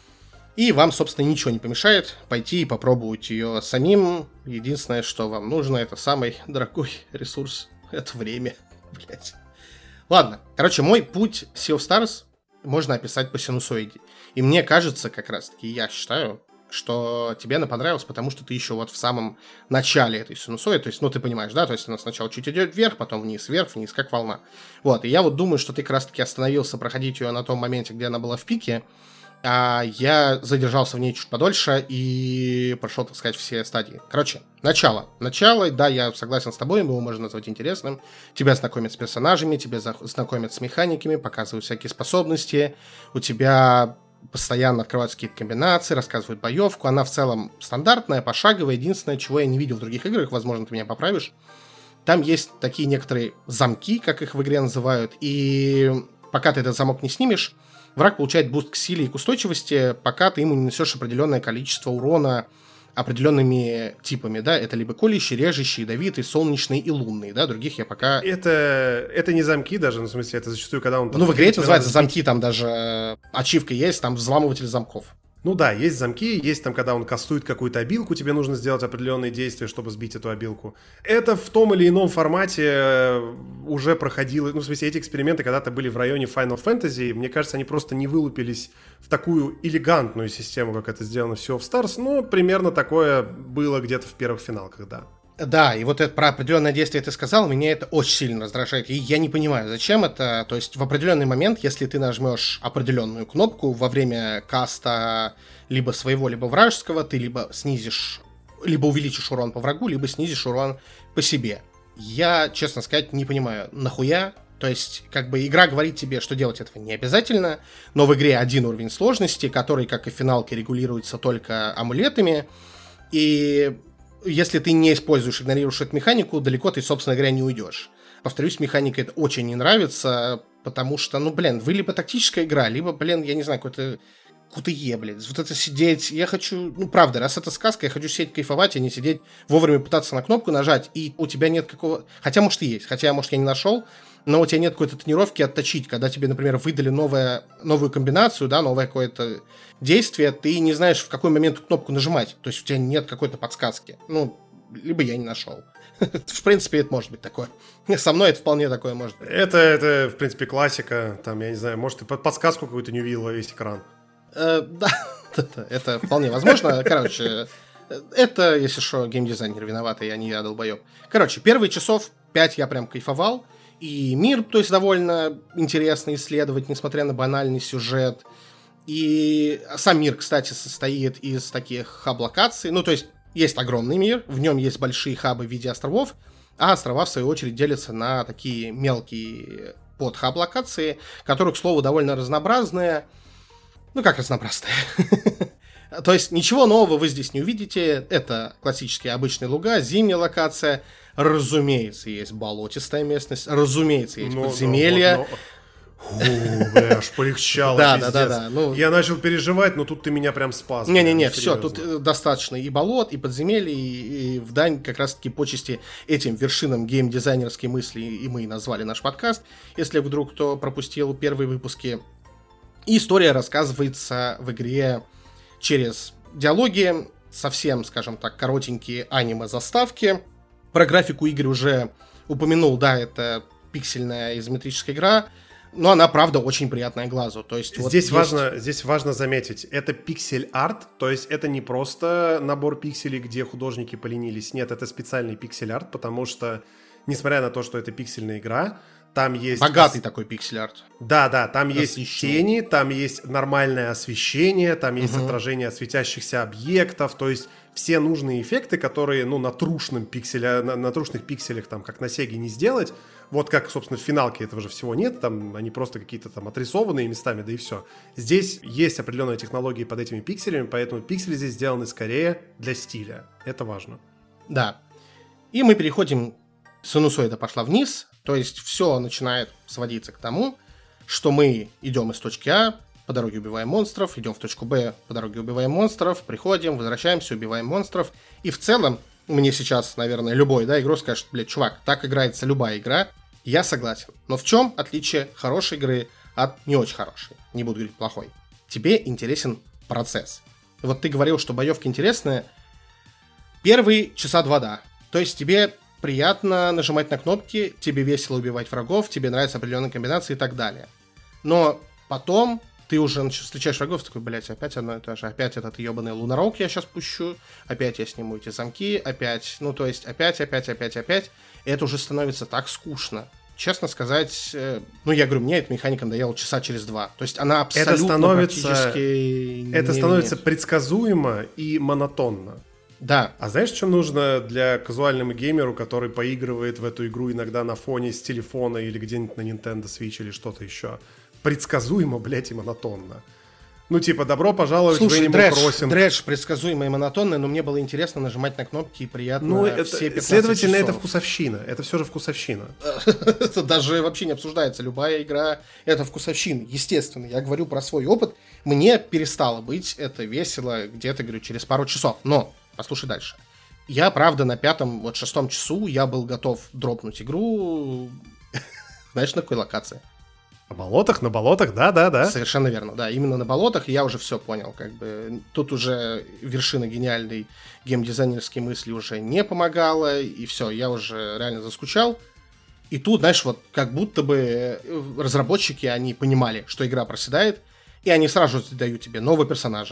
И вам, собственно, ничего не помешает пойти и попробовать ее самим. Единственное, что вам нужно, это самый дорогой ресурс. Это время. Блять. Ладно. Короче, мой путь Sea of Stars можно описать по синусоиде. И мне кажется, как раз-таки, я считаю, что тебе она понравилась, потому что ты еще вот в самом начале этой синусоиды, то есть, ну, ты понимаешь, да, то есть она сначала чуть идет вверх, потом вниз, как волна. Вот, и я вот думаю, что ты как раз-таки остановился проходить ее на том моменте, где она была в пике, а я задержался в ней чуть подольше и прошел, так сказать, все стадии. Короче, начало, да, я согласен с тобой, его можно назвать интересным. Тебя знакомят с персонажами, тебя знакомят с механиками, показывают всякие способности, у тебя... постоянно открываются какие-то комбинации, рассказывают боевку. Она в целом стандартная, пошаговая. Единственное, чего я не видел в других играх, возможно, ты меня поправишь, там есть такие некоторые замки, как их в игре называют, и пока ты этот замок не снимешь, враг получает буст к силе и к устойчивости, пока ты ему не нанесешь определенное количество урона определенными типами, да, это либо колющий, режущий, ядовитый, солнечный и лунный, да, других я пока... Это не замки даже, ну, в смысле, это зачастую, когда он... Ну, в игре это называется замки, там даже ачивка есть, там взламыватель замков. Ну да, есть замки, есть там, когда он кастует какую-то обилку, тебе нужно сделать определенные действия, чтобы сбить эту обилку. Это в том или ином формате уже проходило, ну, в смысле, эти эксперименты когда-то были в районе Final Fantasy, мне кажется, они просто не вылупились в такую элегантную систему, как это сделано в Sea of Stars, но примерно такое было где-то в первых финалках, да. Да, и вот это про определенное действие ты сказал, меня это очень сильно раздражает. И я не понимаю, зачем это. То есть в определенный момент, если ты нажмешь определенную кнопку во время каста либо своего, либо вражеского, ты либо снизишь, либо увеличишь урон по врагу, либо снизишь урон по себе. Я, честно сказать, не понимаю, нахуя. То есть, как бы игра говорит тебе, что делать этого не обязательно, но в игре один уровень сложности, который, как и в финалке, регулируется только амулетами, и если ты не используешь, игнорируешь эту механику, далеко ты, собственно говоря, не уйдешь. Повторюсь, механика это очень не нравится, потому что, вы либо тактическая игра, либо, я не знаю, какой-то QTE, блядь. Вот это сидеть, я хочу, правда, раз это сказка, я хочу сидеть кайфовать, а не сидеть вовремя пытаться на кнопку нажать, и у тебя нет какого... Хотя, может, и есть, может, я не нашел, но у тебя нет какой-то тренировки отточить, когда тебе, например, выдали новую комбинацию, да, новое какое-то действие, ты не знаешь, в какой момент кнопку нажимать, то есть у тебя нет какой-то подсказки. Либо я не нашел. В принципе, это может быть такое. Со мной это вполне такое может быть. Это, в принципе, классика, там, я не знаю, может, ты подсказку какую-то не увидел во весь экран. Да, это вполне возможно. Короче, это, если что, геймдизайнер виноват, а не я долбоеб. Короче, первые часов 5 я прям кайфовал. И мир, то есть, довольно интересно исследовать, несмотря на банальный сюжет. И сам мир, кстати, состоит из таких хаб-локаций. То есть, есть огромный мир, в нем есть большие хабы в виде островов, а острова, в свою очередь, делятся на такие мелкие подхаб-локации, которые, к слову, довольно разнообразные. Как разнообразные? То есть, ничего нового вы здесь не увидите. Это классические обычные луга, зимняя локация. Разумеется, есть болотистая местность. Разумеется, есть подземелья. Бля, аж полегчало. Да. Я начал переживать, но тут ты меня прям спас. Не-не-не, все, тут достаточно и болот, и подземелий, и в дань как раз-таки почести этим вершинам геймдизайнерской мысли, и мы назвали наш подкаст, если вдруг кто пропустил первые выпуски. И история рассказывается в игре через диалоги, совсем, скажем так, коротенькие аниме-заставки. Про графику Игорь уже упомянул, да, это пиксельная изометрическая игра, но она, правда, очень приятная глазу. То есть, здесь важно заметить, это пиксель-арт, то есть это не просто набор пикселей, где художники поленились. Нет, это специальный пиксель-арт, потому что, несмотря на то, что это пиксельная игра, там есть... Богатый такой пиксель-арт. Да, там есть тени, там есть нормальное освещение, там есть отражение от светящихся объектов, то есть все нужные эффекты, которые, на трушных пикселях, там, как на Сеге, не сделать. Вот как, собственно, в финалке этого же всего нет, там они просто какие-то там отрисованные местами, да и все. Здесь есть определенные технологии под этими пикселями, поэтому пиксели здесь сделаны скорее для стиля. Это важно. Да. И мы переходим, синусоида пошла вниз, то есть все начинает сводиться к тому, что мы идем из точки А, по дороге убиваем монстров, идем в точку Б, по дороге убиваем монстров, приходим, возвращаемся, убиваем монстров. И в целом, мне сейчас, наверное, любой, игрок скажет, чувак, так играется любая игра. Я согласен. Но в чем отличие хорошей игры от не очень хорошей? Не буду говорить плохой. Тебе интересен процесс. Вот ты говорил, что боевка интересная. Первые часа 2, да. То есть тебе приятно нажимать на кнопки, тебе весело убивать врагов, тебе нравятся определенные комбинации и так далее. Но потом ты уже встречаешь врагов, такой, опять одно и то же, опять этот ебаный лунарок я сейчас пущу, опять я сниму эти замки, опять, опять. И это уже становится так скучно. Честно сказать, я говорю, мне эта механика надоела часа через 2. То есть она абсолютно Это становится предсказуемо и монотонно. Да. А знаешь, что нужно для казуальному геймеру, который поигрывает в эту игру иногда на фоне с телефона или где-нибудь на Nintendo Switch или что-то еще? Предсказуемо, и монотонно. Добро пожаловать в Animal Crossing. Дредж предсказуемо и монотонно, но мне было интересно нажимать на кнопки и приятно все 15 следовательно, часов. это вкусовщина. Это все же вкусовщина. Это даже вообще не обсуждается. Любая игра — это вкусовщина, естественно. Я говорю про свой опыт. Мне перестало быть это весело где-то, говорю, через пару часов. Но, послушай дальше. Я, правда, на 5-6 часу я был готов дропнуть игру. Знаешь, на какой локации? На болотах, да. Совершенно верно, да, именно на болотах, я уже все понял, тут уже вершина гениальной геймдизайнерской мысли уже не помогала, и все, я уже реально заскучал. И тут, знаешь, вот как будто бы разработчики, они понимали, что игра проседает, и они сразу же дают тебе нового персонажа,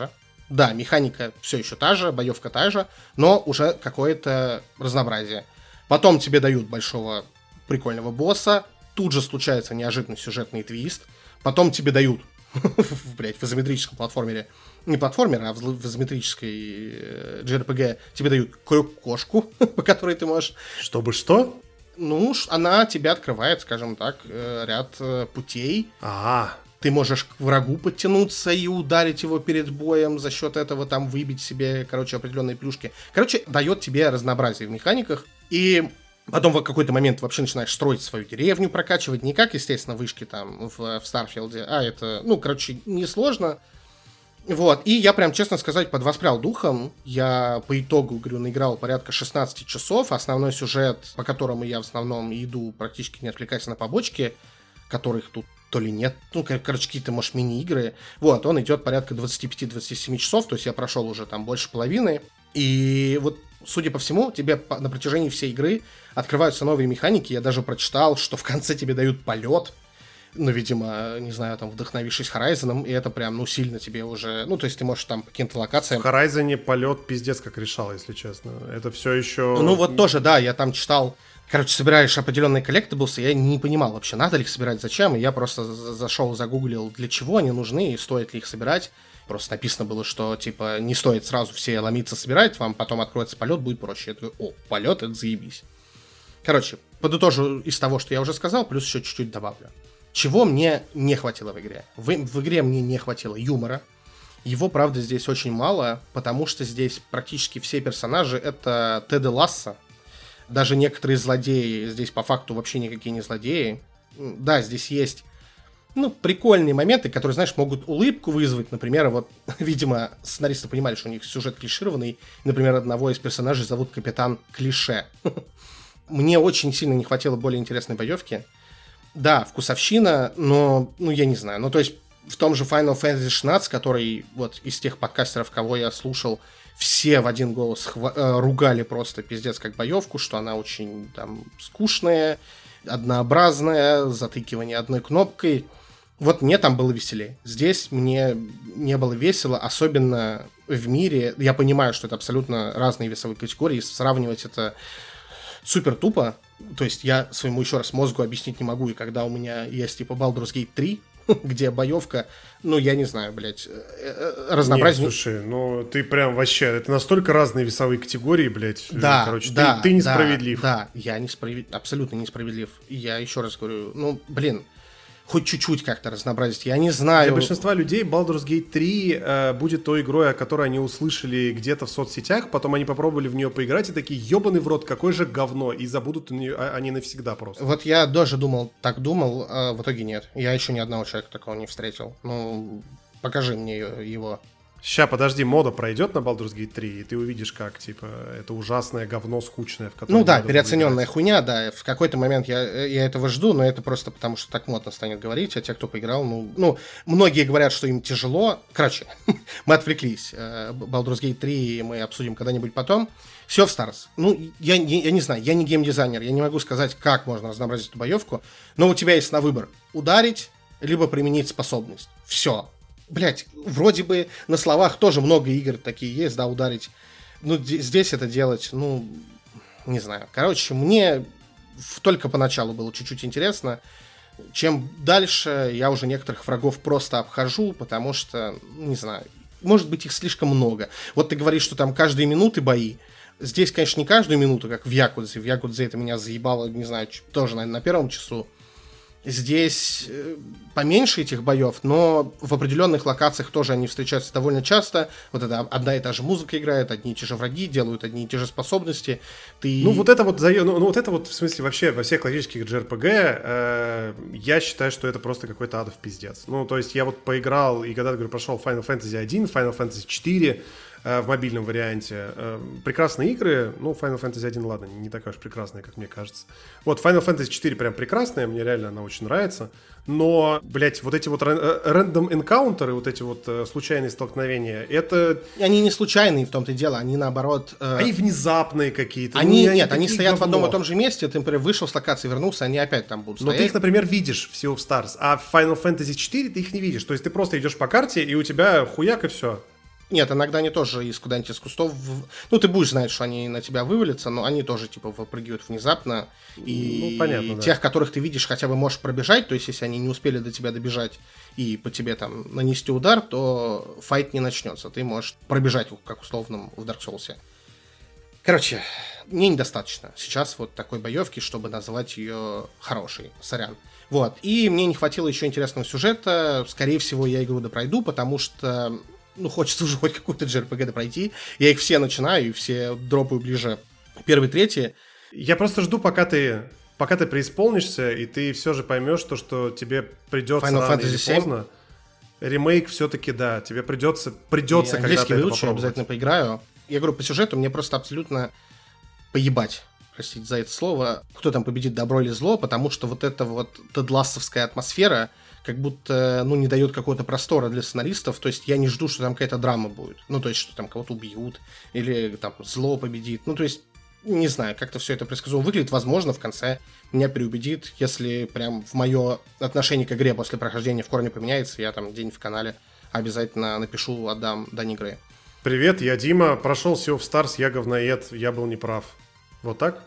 Да, механика все еще та же, боевка та же, но уже какое-то разнообразие. Потом тебе дают большого прикольного босса, тут же случается неожиданный сюжетный твист, потом тебе дают, блять, в изометрическом платформере, не платформер, а в изометрической JRPG тебе дают кошку, по которой ты можешь... Чтобы что? Ну, она тебе открывает, скажем так, ряд путей. Ты можешь к врагу подтянуться и ударить его перед боем, за счет этого там выбить себе, определенные плюшки. Дает тебе разнообразие в механиках. И потом в какой-то момент вообще начинаешь строить свою деревню, прокачивать. Не как, естественно, вышки там в Старфилде, а это, несложно. Вот, и я прям, честно сказать, подвоспрял духом. Я по итогу, говорю, наиграл порядка 16 часов. Основной сюжет, по которому я в основном иду, практически не отвлекаясь на побочки, которых тут то ли нет. Какие-то, может, мини-игры. Вот, он идет порядка 25-27 часов, то есть я прошел уже там больше половины. И вот, судя по всему, тебе на протяжении всей игры открываются новые механики. Я даже прочитал, что в конце тебе дают полет. Видимо, не знаю, там, вдохновившись Horizon, и это прям, сильно тебе уже... то есть ты можешь там по каким-то локациям... В Horizon полет пиздец как решал, если честно. Это все еще... вот тоже, да, я там читал... собираешь определенные коллектаблсы, я не понимал вообще, надо ли их собирать, зачем, и я просто зашел, загуглил, для чего они нужны и стоит ли их собирать. Просто написано было, что, не стоит сразу все ломиться собирать, вам потом откроется полет, будет проще. Я такой, полет, это заебись. Подытожу из того, что я уже сказал, плюс еще чуть-чуть добавлю. Чего мне не хватило в игре? В игре мне не хватило юмора. Его, правда, здесь очень мало, потому что здесь практически все персонажи — это Теды Ласса. Даже некоторые злодеи здесь по факту вообще никакие не злодеи. Да, здесь есть, прикольные моменты, которые, знаешь, могут улыбку вызвать. Например, вот, видимо, сценаристы понимали, что у них сюжет клишированный. Например, одного из персонажей зовут Капитан Клише. Мне очень сильно не хватило более интересной боевки. Да, вкусовщина, но, я не знаю. То есть, в том же Final Fantasy 16, который, вот, из тех подкастеров, кого я слушал, все в один голос ругали просто пиздец как боевку, что она очень, там, скучная, однообразная, затыкивание одной кнопкой. Вот мне там было веселее. Здесь мне не было весело, особенно в мире. Я понимаю, что это абсолютно разные весовые категории, сравнивать это супер тупо. То есть я своему еще раз мозгу объяснить не могу, и когда у меня есть типа Baldur's Gate 3, где боевка, я не знаю, блядь, разнообразие... Нет, слушай, ты прям вообще, это настолько разные весовые категории, блядь. Да, ты несправедлив. Да, я абсолютно несправедлив. И я еще раз говорю, хоть чуть-чуть как-то разнообразить, я не знаю. Для большинства людей Baldur's Gate 3 будет той игрой, о которой они услышали где-то в соцсетях, потом они попробовали в нее поиграть и такие, ебаный в рот, какое же говно, и забудут они навсегда просто. Вот я тоже думал, а в итоге нет. Я еще ни одного человека такого не встретил. Покажи мне его. Ща, подожди, мода пройдет на Baldur's Gate 3, и ты увидишь, как, это ужасное говно скучное, в котором... переоцененная хуйня, да, в какой-то момент я этого жду, но это просто потому, что так модно станет говорить, а те, кто поиграл, многие говорят, что им тяжело. Мы отвлеклись. Baldur's Gate 3 мы обсудим когда-нибудь потом. Sea of Stars. Я не знаю, я не геймдизайнер, я не могу сказать, как можно разнообразить эту боевку, но у тебя есть на выбор ударить, либо применить способность. Все. Блять, вроде бы на словах тоже много игр такие есть, да, ударить. Здесь это делать, не знаю. Мне только поначалу было чуть-чуть интересно. Чем дальше, я уже некоторых врагов просто обхожу, потому что, не знаю, может быть, их слишком много. Вот ты говоришь, что там каждые минуты бои. Здесь, конечно, не каждую минуту, как в Якудзе. В Якудзе это меня заебало, не знаю, тоже, наверное, на первом часу. Здесь поменьше этих боев, но в определенных локациях тоже они встречаются довольно часто. Вот это одна и та же музыка играет, одни и те же враги делают одни и те же способности. Вот это вот, в смысле, вообще во всех классических JRPG я считаю, что это просто какой-то адов пиздец. То есть я вот поиграл, и когда, говорю, прошел Final Fantasy 1, Final Fantasy 4 в мобильном варианте. Прекрасные игры. Final Fantasy 1, ладно, не такая уж прекрасная, как мне кажется. Вот, Final Fantasy 4 прям прекрасная, мне реально она очень нравится. Но, блять, вот эти вот рандом энкаунтеры, вот эти вот случайные столкновения, это... Они не случайные, в том-то и дело, они наоборот... Они внезапные какие-то. Они стоят в одном и том же месте, ты, например, вышел с локации, вернулся, они опять там будут стоять. Но ты их, например, видишь в Sea of Stars, а в Final Fantasy 4 ты их не видишь. То есть ты просто идешь по карте, и у тебя хуяк, и все. Нет, иногда они тоже куда-нибудь из кустов... Ну, ты будешь знать, что они на тебя вывалятся, но они тоже, типа, выпрыгивают внезапно. И понятно, да. тех, которых ты видишь, хотя бы можешь пробежать, то есть, если они не успели до тебя добежать и по тебе там нанести удар, то файт не начнется. Ты можешь пробежать, как условно в Dark Souls. Короче, мне недостаточно сейчас вот такой боевки, чтобы назвать ее хорошей. Сорян. Вот. И мне не хватило еще интересного сюжета. Скорее всего, я игру допройду, потому что... Ну, хочется уже хоть какую-то JRPG пройти. Я их все начинаю и все дропаю ближе первый, третий. Я просто жду, пока ты преисполнишься, и ты все же поймешь, что тебе придется Final рано Fantasy или 7? поздно. Ремейк все-таки, да, тебе придется когда-то английский это выучу, попробовать. обязательно поиграю. Я говорю, по сюжету мне просто абсолютно поебать. Простите за это слово. Кто там победит, добро или зло, потому что вот эта вот тедлассовская атмосфера как будто, ну, не дает какого-то простора для сценаристов, то есть я не жду, что там какая-то драма будет, ну, то есть, что там кого-то убьют, или там зло победит, ну, то есть, не знаю, как-то все это предсказуемо выглядит, возможно, в конце меня переубедит, если прям в мое отношение к игре после прохождения в корне поменяется, я там день в канале обязательно напишу, отдам дань игры. Привет, я Дима, прошел Sea of Stars, я говноед, я был неправ. Вот так?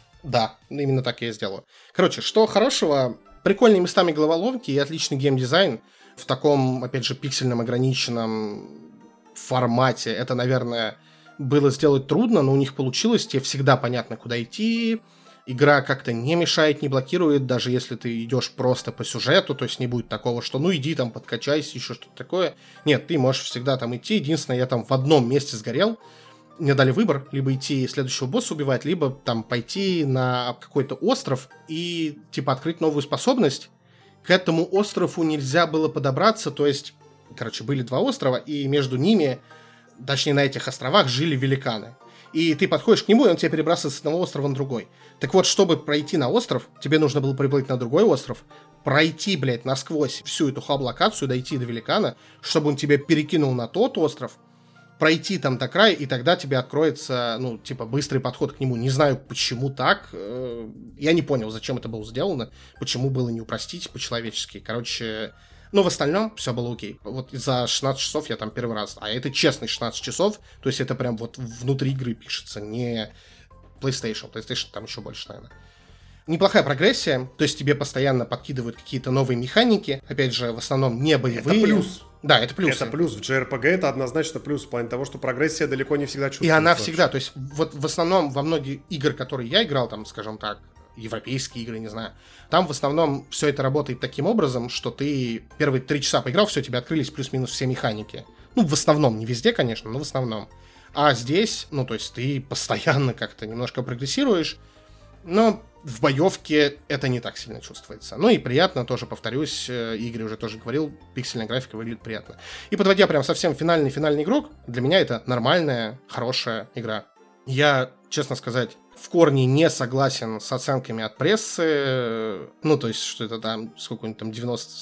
Да, именно так я и сделаю. Короче, что хорошего... Прикольные местами головоломки и отличный геймдизайн в таком, опять же, пиксельном ограниченном формате. Это, наверное, было сделать трудно, но у них получилось. Тебе всегда понятно, куда идти. Игра как-то не мешает, не блокирует, даже если ты идешь просто по сюжету, то есть не будет такого, что ну иди там подкачайся, еще что-то такое. Нет, ты можешь всегда там идти. Единственное, я там в одном месте сгорел. Мне дали выбор, либо идти следующего босса убивать, либо там пойти на какой-то остров и типа открыть новую способность. К этому острову нельзя было подобраться, то есть, короче, были два острова, и между ними, точнее на этих островах, жили великаны. И ты подходишь к нему, и он тебя перебрасывает с одного острова на другой. Так вот, чтобы пройти на остров, тебе нужно было приплыть на другой остров, пройти, блядь, насквозь всю эту хаб-локацию, дойти до великана, чтобы он тебя перекинул на тот остров, пройти там до края, и тогда тебе откроется, ну, типа, быстрый подход к нему. Не знаю, почему так. Я не понял, зачем это было сделано, почему было не упростить по-человечески. Короче, но в остальном все было окей. Вот за 16 часов я там первый раз. А это честный 16 часов, то есть это прям вот внутри игры пишется, не PlayStation. PlayStation там еще больше, наверное. Неплохая прогрессия, то есть тебе постоянно подкидывают какие-то новые механики. Опять же, в основном не боевые. Это плюс. Да, это плюс. Это плюс. В JRPG это однозначно плюс в плане того, что прогрессия далеко не всегда чувствуется. И она вообще. всегда, то есть вот в основном во многих игр, которые я играл, там, скажем так, европейские игры, не знаю, там в основном все это работает таким образом, что ты первые 3 часа поиграл, все, тебе открылись плюс-минус все механики. Ну, в основном, не везде, конечно, но в основном. А здесь, ну, то есть ты постоянно как-то немножко прогрессируешь, но в боевке это не так сильно чувствуется. Ну и приятно, тоже повторюсь, Игорь уже тоже говорил, пиксельная графика выглядит приятно. И подводя прям совсем финальный игрок, для меня это нормальная, хорошая игра. Я, честно сказать, в корне не согласен с оценками от прессы, ну то есть, что это там, сколько-нибудь там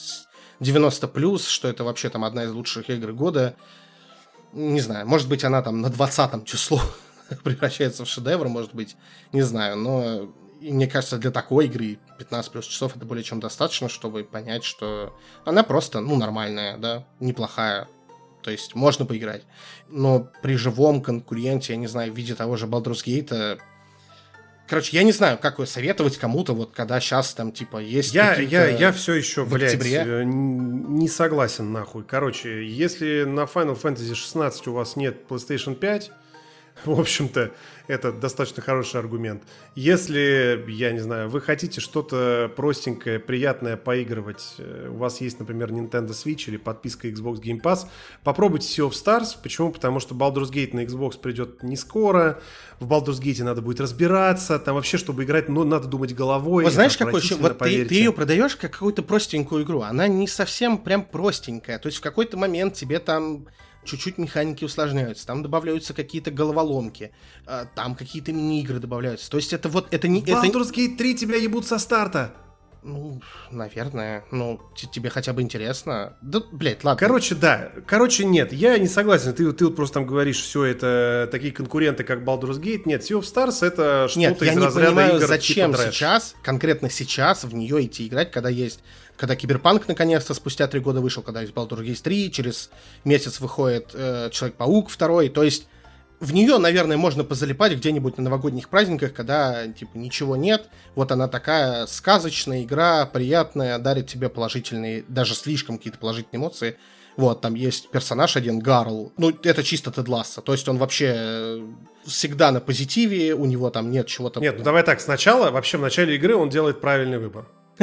90 плюс, что это вообще там одна из лучших игр года. Не знаю, может быть она там на 20-м число превращается в шедевр, может быть, не знаю, но... И мне кажется, для такой игры 15 плюс часов это более чем достаточно, чтобы понять, что она просто, ну, нормальная, да, неплохая. То есть можно поиграть. Но при живом конкуренте, я не знаю, в виде того же Baldur's Gate, короче, я не знаю, как ее советовать кому-то, вот когда сейчас там, типа, есть Я все еще, блядь, октябре. не согласен, нахуй. Короче, если на Final Fantasy 16 у вас нет PlayStation 5, в общем-то, это достаточно хороший аргумент. Если, я не знаю, вы хотите что-то простенькое, приятное поигрывать, у вас есть, например, Nintendo Switch или подписка Xbox Game Pass, попробуйте Sea of Stars. Почему? Потому что Baldur's Gate на Xbox придет не скоро, в Baldur's Gate надо будет разбираться, там вообще, чтобы играть, ну, надо думать головой. Вот знаешь, какой еще? Вот ты ее продаешь как какую-то простенькую игру, она не совсем прям простенькая, то есть в какой-то момент тебе там... чуть-чуть механики усложняются, там добавляются какие-то головоломки, там какие-то мини-игры добавляются. То есть это вот, это не... Baldur's Gate 3 тебя ебут со старта. Ну, наверное. Ну, тебе хотя бы интересно. Да, блядь, ладно. Короче, да. Короче, нет, я не согласен. Ты вот просто там говоришь, все это такие конкуренты, как Baldur's Gate. Нет, Sea of Stars это что-то из разряда игр. Нет, я не понимаю, зачем типа сейчас, конкретно сейчас, в нее идти играть, когда Киберпанк наконец-то спустя 3 года вышел, когда есть Baldur's Gate 3, через месяц выходит Человек-паук 2, то есть в нее, наверное, можно позалипать где-нибудь на новогодних праздниках, когда, типа, ничего нет. Вот она такая сказочная игра, приятная, дарит тебе положительные, даже слишком какие-то положительные эмоции. Вот, там есть персонаж один, Гарл. Ну, это чисто Тед Лассо. То есть он вообще всегда на позитиве, у него там нет чего-то... Нет, ну давай так, вообще в начале игры он делает правильный выбор.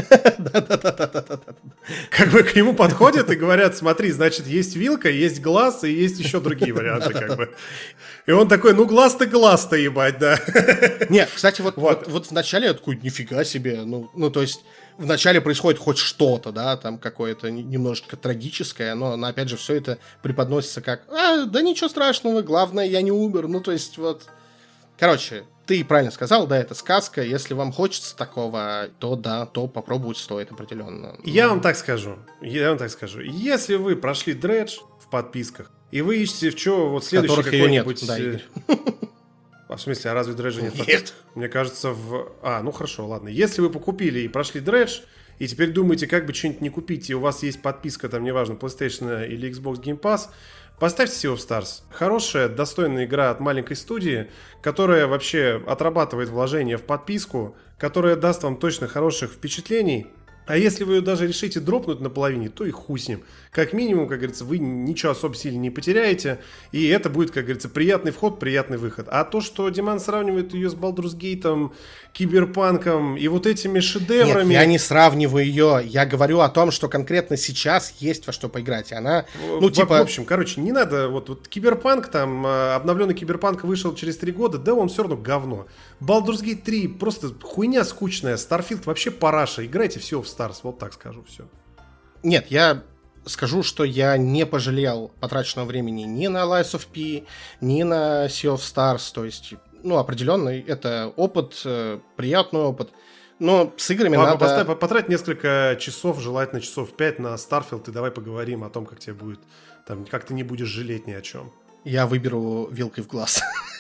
Как бы к нему подходят и говорят, смотри, значит, есть вилка, есть глаз и есть еще другие варианты, как бы. И он такой, ну глаз-то, ебать, да. Не, кстати, вот в начале я такой, нифига себе, ну, то есть, в начале происходит хоть что-то, да, там какое-то немножечко трагическое, но опять же, все это преподносится как, да ничего страшного, главное, я не умер, ну, то есть, вот... Короче, ты правильно сказал, да, это сказка. Если вам хочется такого, то да, то попробовать стоит определенно. Я вам так скажу. Если вы прошли Dredge в подписках, и вы ищете в чё вот следующий какой-нибудь... Да, Игорь. В смысле, а разве Dredge нет? Нет. Мне кажется, ну хорошо, ладно. Если вы покупили и прошли Dredge, и теперь думаете, как бы что-нибудь не купить, и у вас есть подписка, там, неважно, PlayStation или Xbox Game Pass, поставьте Sea of Stars. Хорошая, достойная игра от маленькой студии, которая вообще отрабатывает вложения в подписку, которая даст вам точно хороших впечатлений. А если вы ее даже решите дропнуть на половине, то и хуй с ним. Как минимум, как говорится, вы ничего особо сильно не потеряете. И это будет, как говорится, приятный вход, приятный выход. А то, что Диман сравнивает ее с Baldur's Gate, Киберпанком и вот этими шедеврами... Нет, я не сравниваю ее. Я говорю о том, что конкретно сейчас есть во что поиграть. И она, В общем, короче, не надо... Вот Киберпанк, там, обновленный Киберпанк вышел через 3 года, да он все равно говно. Baldur's Gate 3 просто хуйня скучная. Starfield вообще параша. Играйте все в Stars, вот так скажу, все. Нет, я скажу, что я не пожалел потраченного времени ни на Lies of P, ни на Sea of Stars, то есть, определенный это опыт, приятный опыт, но с играми надо... Потрать несколько часов, желательно часов 5 на Starfield, и давай поговорим о том, как тебе будет, там, как ты не будешь жалеть ни о чем. Я выберу вилкой в глаз.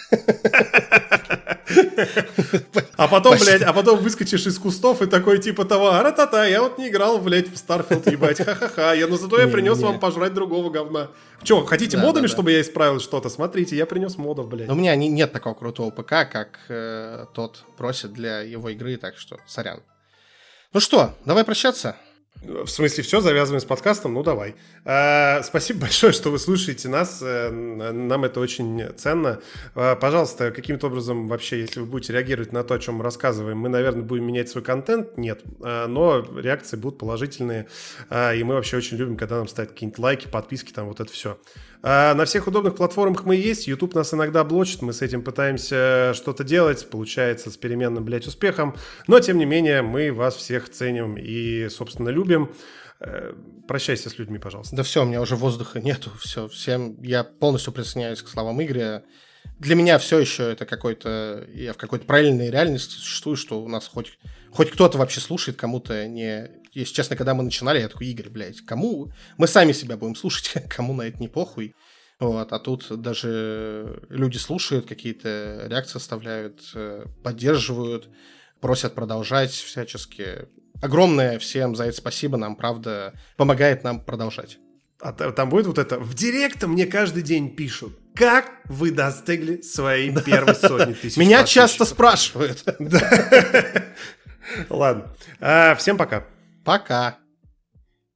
А потом выскочишь из кустов и такой типа того, ара-та-та, я вот не играл, блядь, в Starfield, ебать, ха-ха-ха, но зато я принес вам пожрать другого говна. Че, хотите модами, чтобы я исправил что-то? Смотрите, я принес модов, блядь. Но у меня нет такого крутого ПК, как тот просит для его игры, так что сорян. Ну что, давай прощаться? В смысле, все, завязываем с подкастом? Ну, давай. Спасибо большое, что вы слушаете нас. Нам это очень ценно. Пожалуйста, каким-то образом вообще, если вы будете реагировать на то, о чем мы рассказываем, мы, наверное, будем менять свой контент? Нет. Но реакции будут положительные. И мы вообще очень любим, когда нам ставят какие-нибудь лайки, подписки, там вот это все. На всех удобных платформах мы есть. YouTube нас иногда блочит. Мы с этим пытаемся что-то делать. Получается с переменным, успехом. Но, тем не менее, мы вас всех ценим и, собственно, любим. Прощайся с людьми, пожалуйста. Да все, у меня уже воздуха нету. Все, всем я полностью присоединяюсь к словам Игоря. Для меня все еще это какой-то... Я в какой-то параллельной реальности существую, что у нас хоть кто-то вообще слушает, кому-то не... Если честно, когда мы начинали, я такой, Игорь, блядь, кому? Мы сами себя будем слушать, кому на это не похуй. Вот, а тут даже люди слушают, какие-то реакции оставляют, поддерживают, просят продолжать всячески. Огромное всем за это спасибо, нам, правда, помогает нам продолжать. А там будет вот это, в директ мне каждый день пишут, как вы достигли своей первой сотни тысяч Меня часто спрашивают. Ладно, всем пока. Пока.